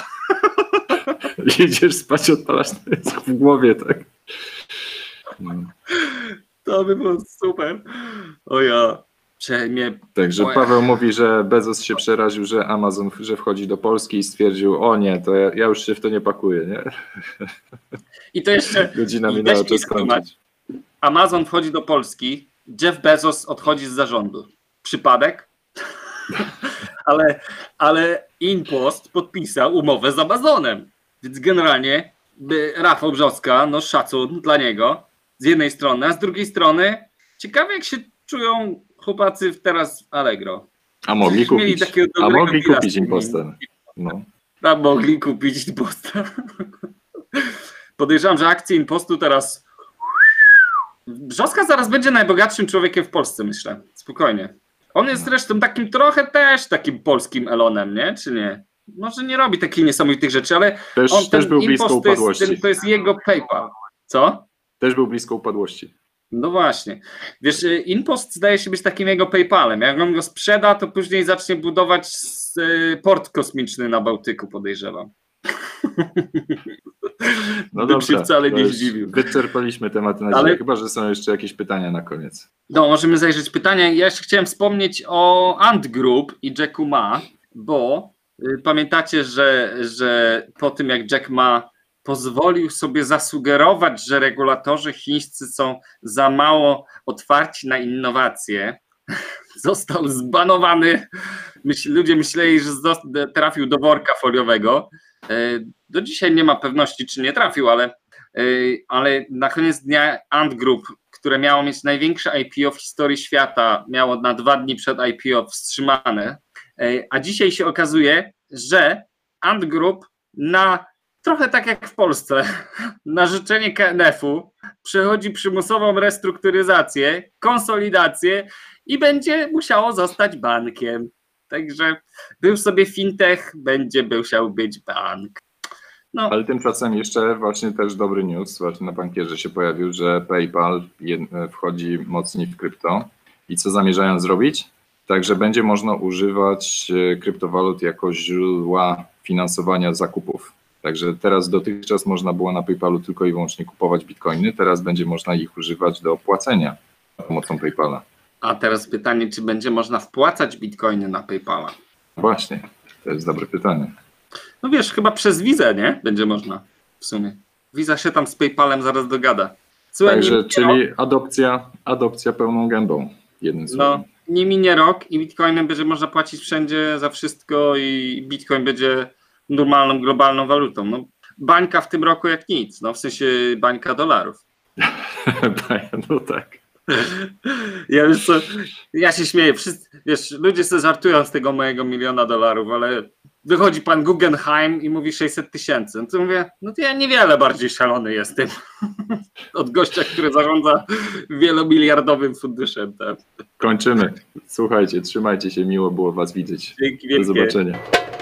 Idziesz spać, odpalasz w głowie, tak? No. To by było super. O ja. Mnie... Także Paweł mówi, że Bezos się przeraził, że Amazon, że wchodzi do Polski i stwierdził, o nie, to ja, ja już się w to nie pakuję, nie? I to jeszcze... Godzina minęła, czas skończyć. Amazon wchodzi do Polski, Jeff Bezos odchodzi z zarządu. Przypadek? ale, ale InPost podpisał umowę z Amazonem. Więc generalnie Rafał Brzoska, no szacun dla niego z jednej strony, a z drugiej strony ciekawe jak się czują chłopacy teraz w Allegro. A mogli kupić, a mogli kupić InPosta. No. A mogli kupić InPosta. Podejrzewam, że akcje InPostu teraz... Brzoska zaraz będzie najbogatszym człowiekiem w Polsce, myślę. Spokojnie. On jest zresztą takim trochę też takim polskim Elonem, nie? Czy nie? Może nie robi takich niesamowitych rzeczy, ale też, on, ten też był blisko InPost to upadłości. jest, ten, to jest jego PayPal. Co? Też był blisko upadłości. No właśnie. Wiesz, InPost zdaje się być takim jego PayPalem. Jak on go sprzeda, to później zacznie budować port kosmiczny na Bałtyku, podejrzewam. No dobrze, się wcale nie zdziwił. Wyczerpaliśmy tematy na Ale... dzisiaj, chyba że są jeszcze jakieś pytania na koniec. No, możemy zajrzeć pytania. Ja jeszcze chciałem wspomnieć o Ant Group i Jacku Ma, bo y, pamiętacie, że, że po tym jak Jack Ma pozwolił sobie zasugerować, że regulatorzy chińscy są za mało otwarci na innowacje, został zbanowany. Myśl, ludzie myśleli, że trafił do worka foliowego. Do dzisiaj nie ma pewności, czy nie trafił, ale, ale na koniec dnia Ant Group, które miało mieć największe I P O w historii świata, miało na dwa dni przed I P O wstrzymane, a dzisiaj się okazuje, że Ant Group na trochę tak jak w Polsce, na życzenie K N F-u przechodzi przymusową restrukturyzację, konsolidację i będzie musiało zostać bankiem. Także był sobie fintech, będzie musiał być bank. No. Ale tymczasem jeszcze właśnie też dobry news, właśnie na bankierze się pojawił, że PayPal wchodzi mocniej w krypto. I co zamierzają zrobić? Także będzie można używać kryptowalut jako źródła finansowania zakupów. Także teraz dotychczas można było na PayPalu tylko i wyłącznie kupować bitcoiny, teraz będzie można ich używać do płacenia za pomocą PayPala. A teraz pytanie, czy będzie można wpłacać bitcoiny na PayPala? Właśnie, to jest dobre pytanie. No wiesz, chyba przez Vizę, nie? Będzie można w sumie. Visa się tam z PayPalem zaraz dogada. Słuchaj, Także, czyli adopcja, adopcja pełną gębą, jednym słowem. No, nie minie rok i bitcoinem będzie można płacić wszędzie za wszystko i bitcoin będzie normalną, globalną walutą. No, bańka w tym roku jak nic, no w sensie bańka dolarów. No tak. Ja wiesz co, ja się śmieję, wszyscy, wiesz, ludzie sobie żartują z tego mojego miliona dolarów, ale wychodzi pan Guggenheim i mówi sześćset tysięcy. No to mówię, no to ja niewiele bardziej szalony jestem od gościa, który zarządza wielomiliardowym funduszem. Tak. Kończymy. Słuchajcie, trzymajcie się, miło było was widzieć. Dzięki wielkie. Do zobaczenia.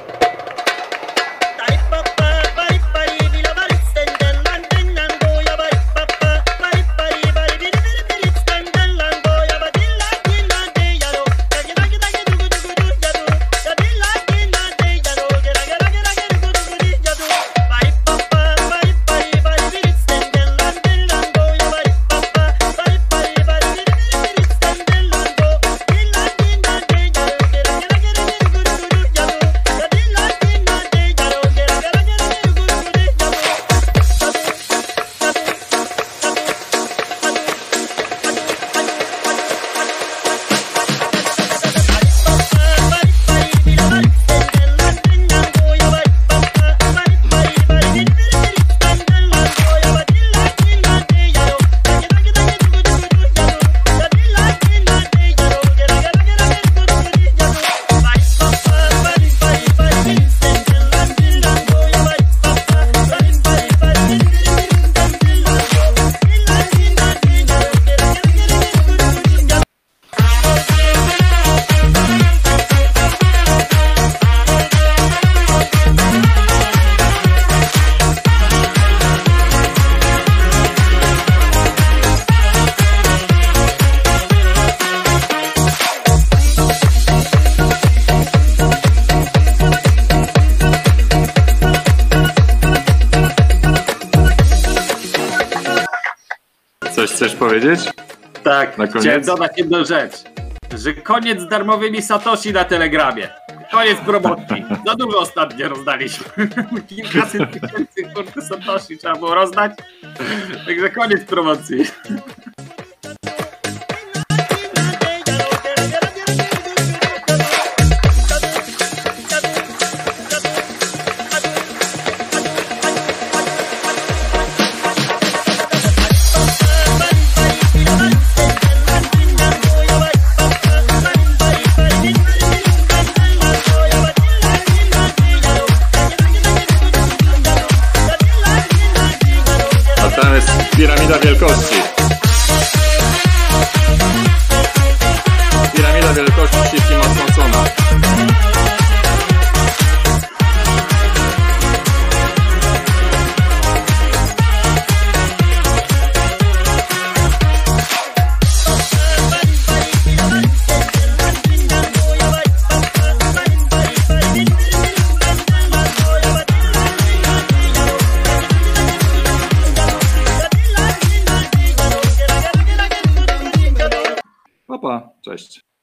Coś chcesz powiedzieć? Tak, Na koniec? chciałem dodać jedną rzecz, że koniec z darmowymi Satoshi na Telegramie. Koniec promocji. Za dużo ostatnio rozdaliśmy. Kilkaset tysięcy kurde Satoshi trzeba było rozdać. Także koniec promocji. Tam jest piramida wielkości. Piramida wielkości Tima Thompsona. Pa, pa, cześć.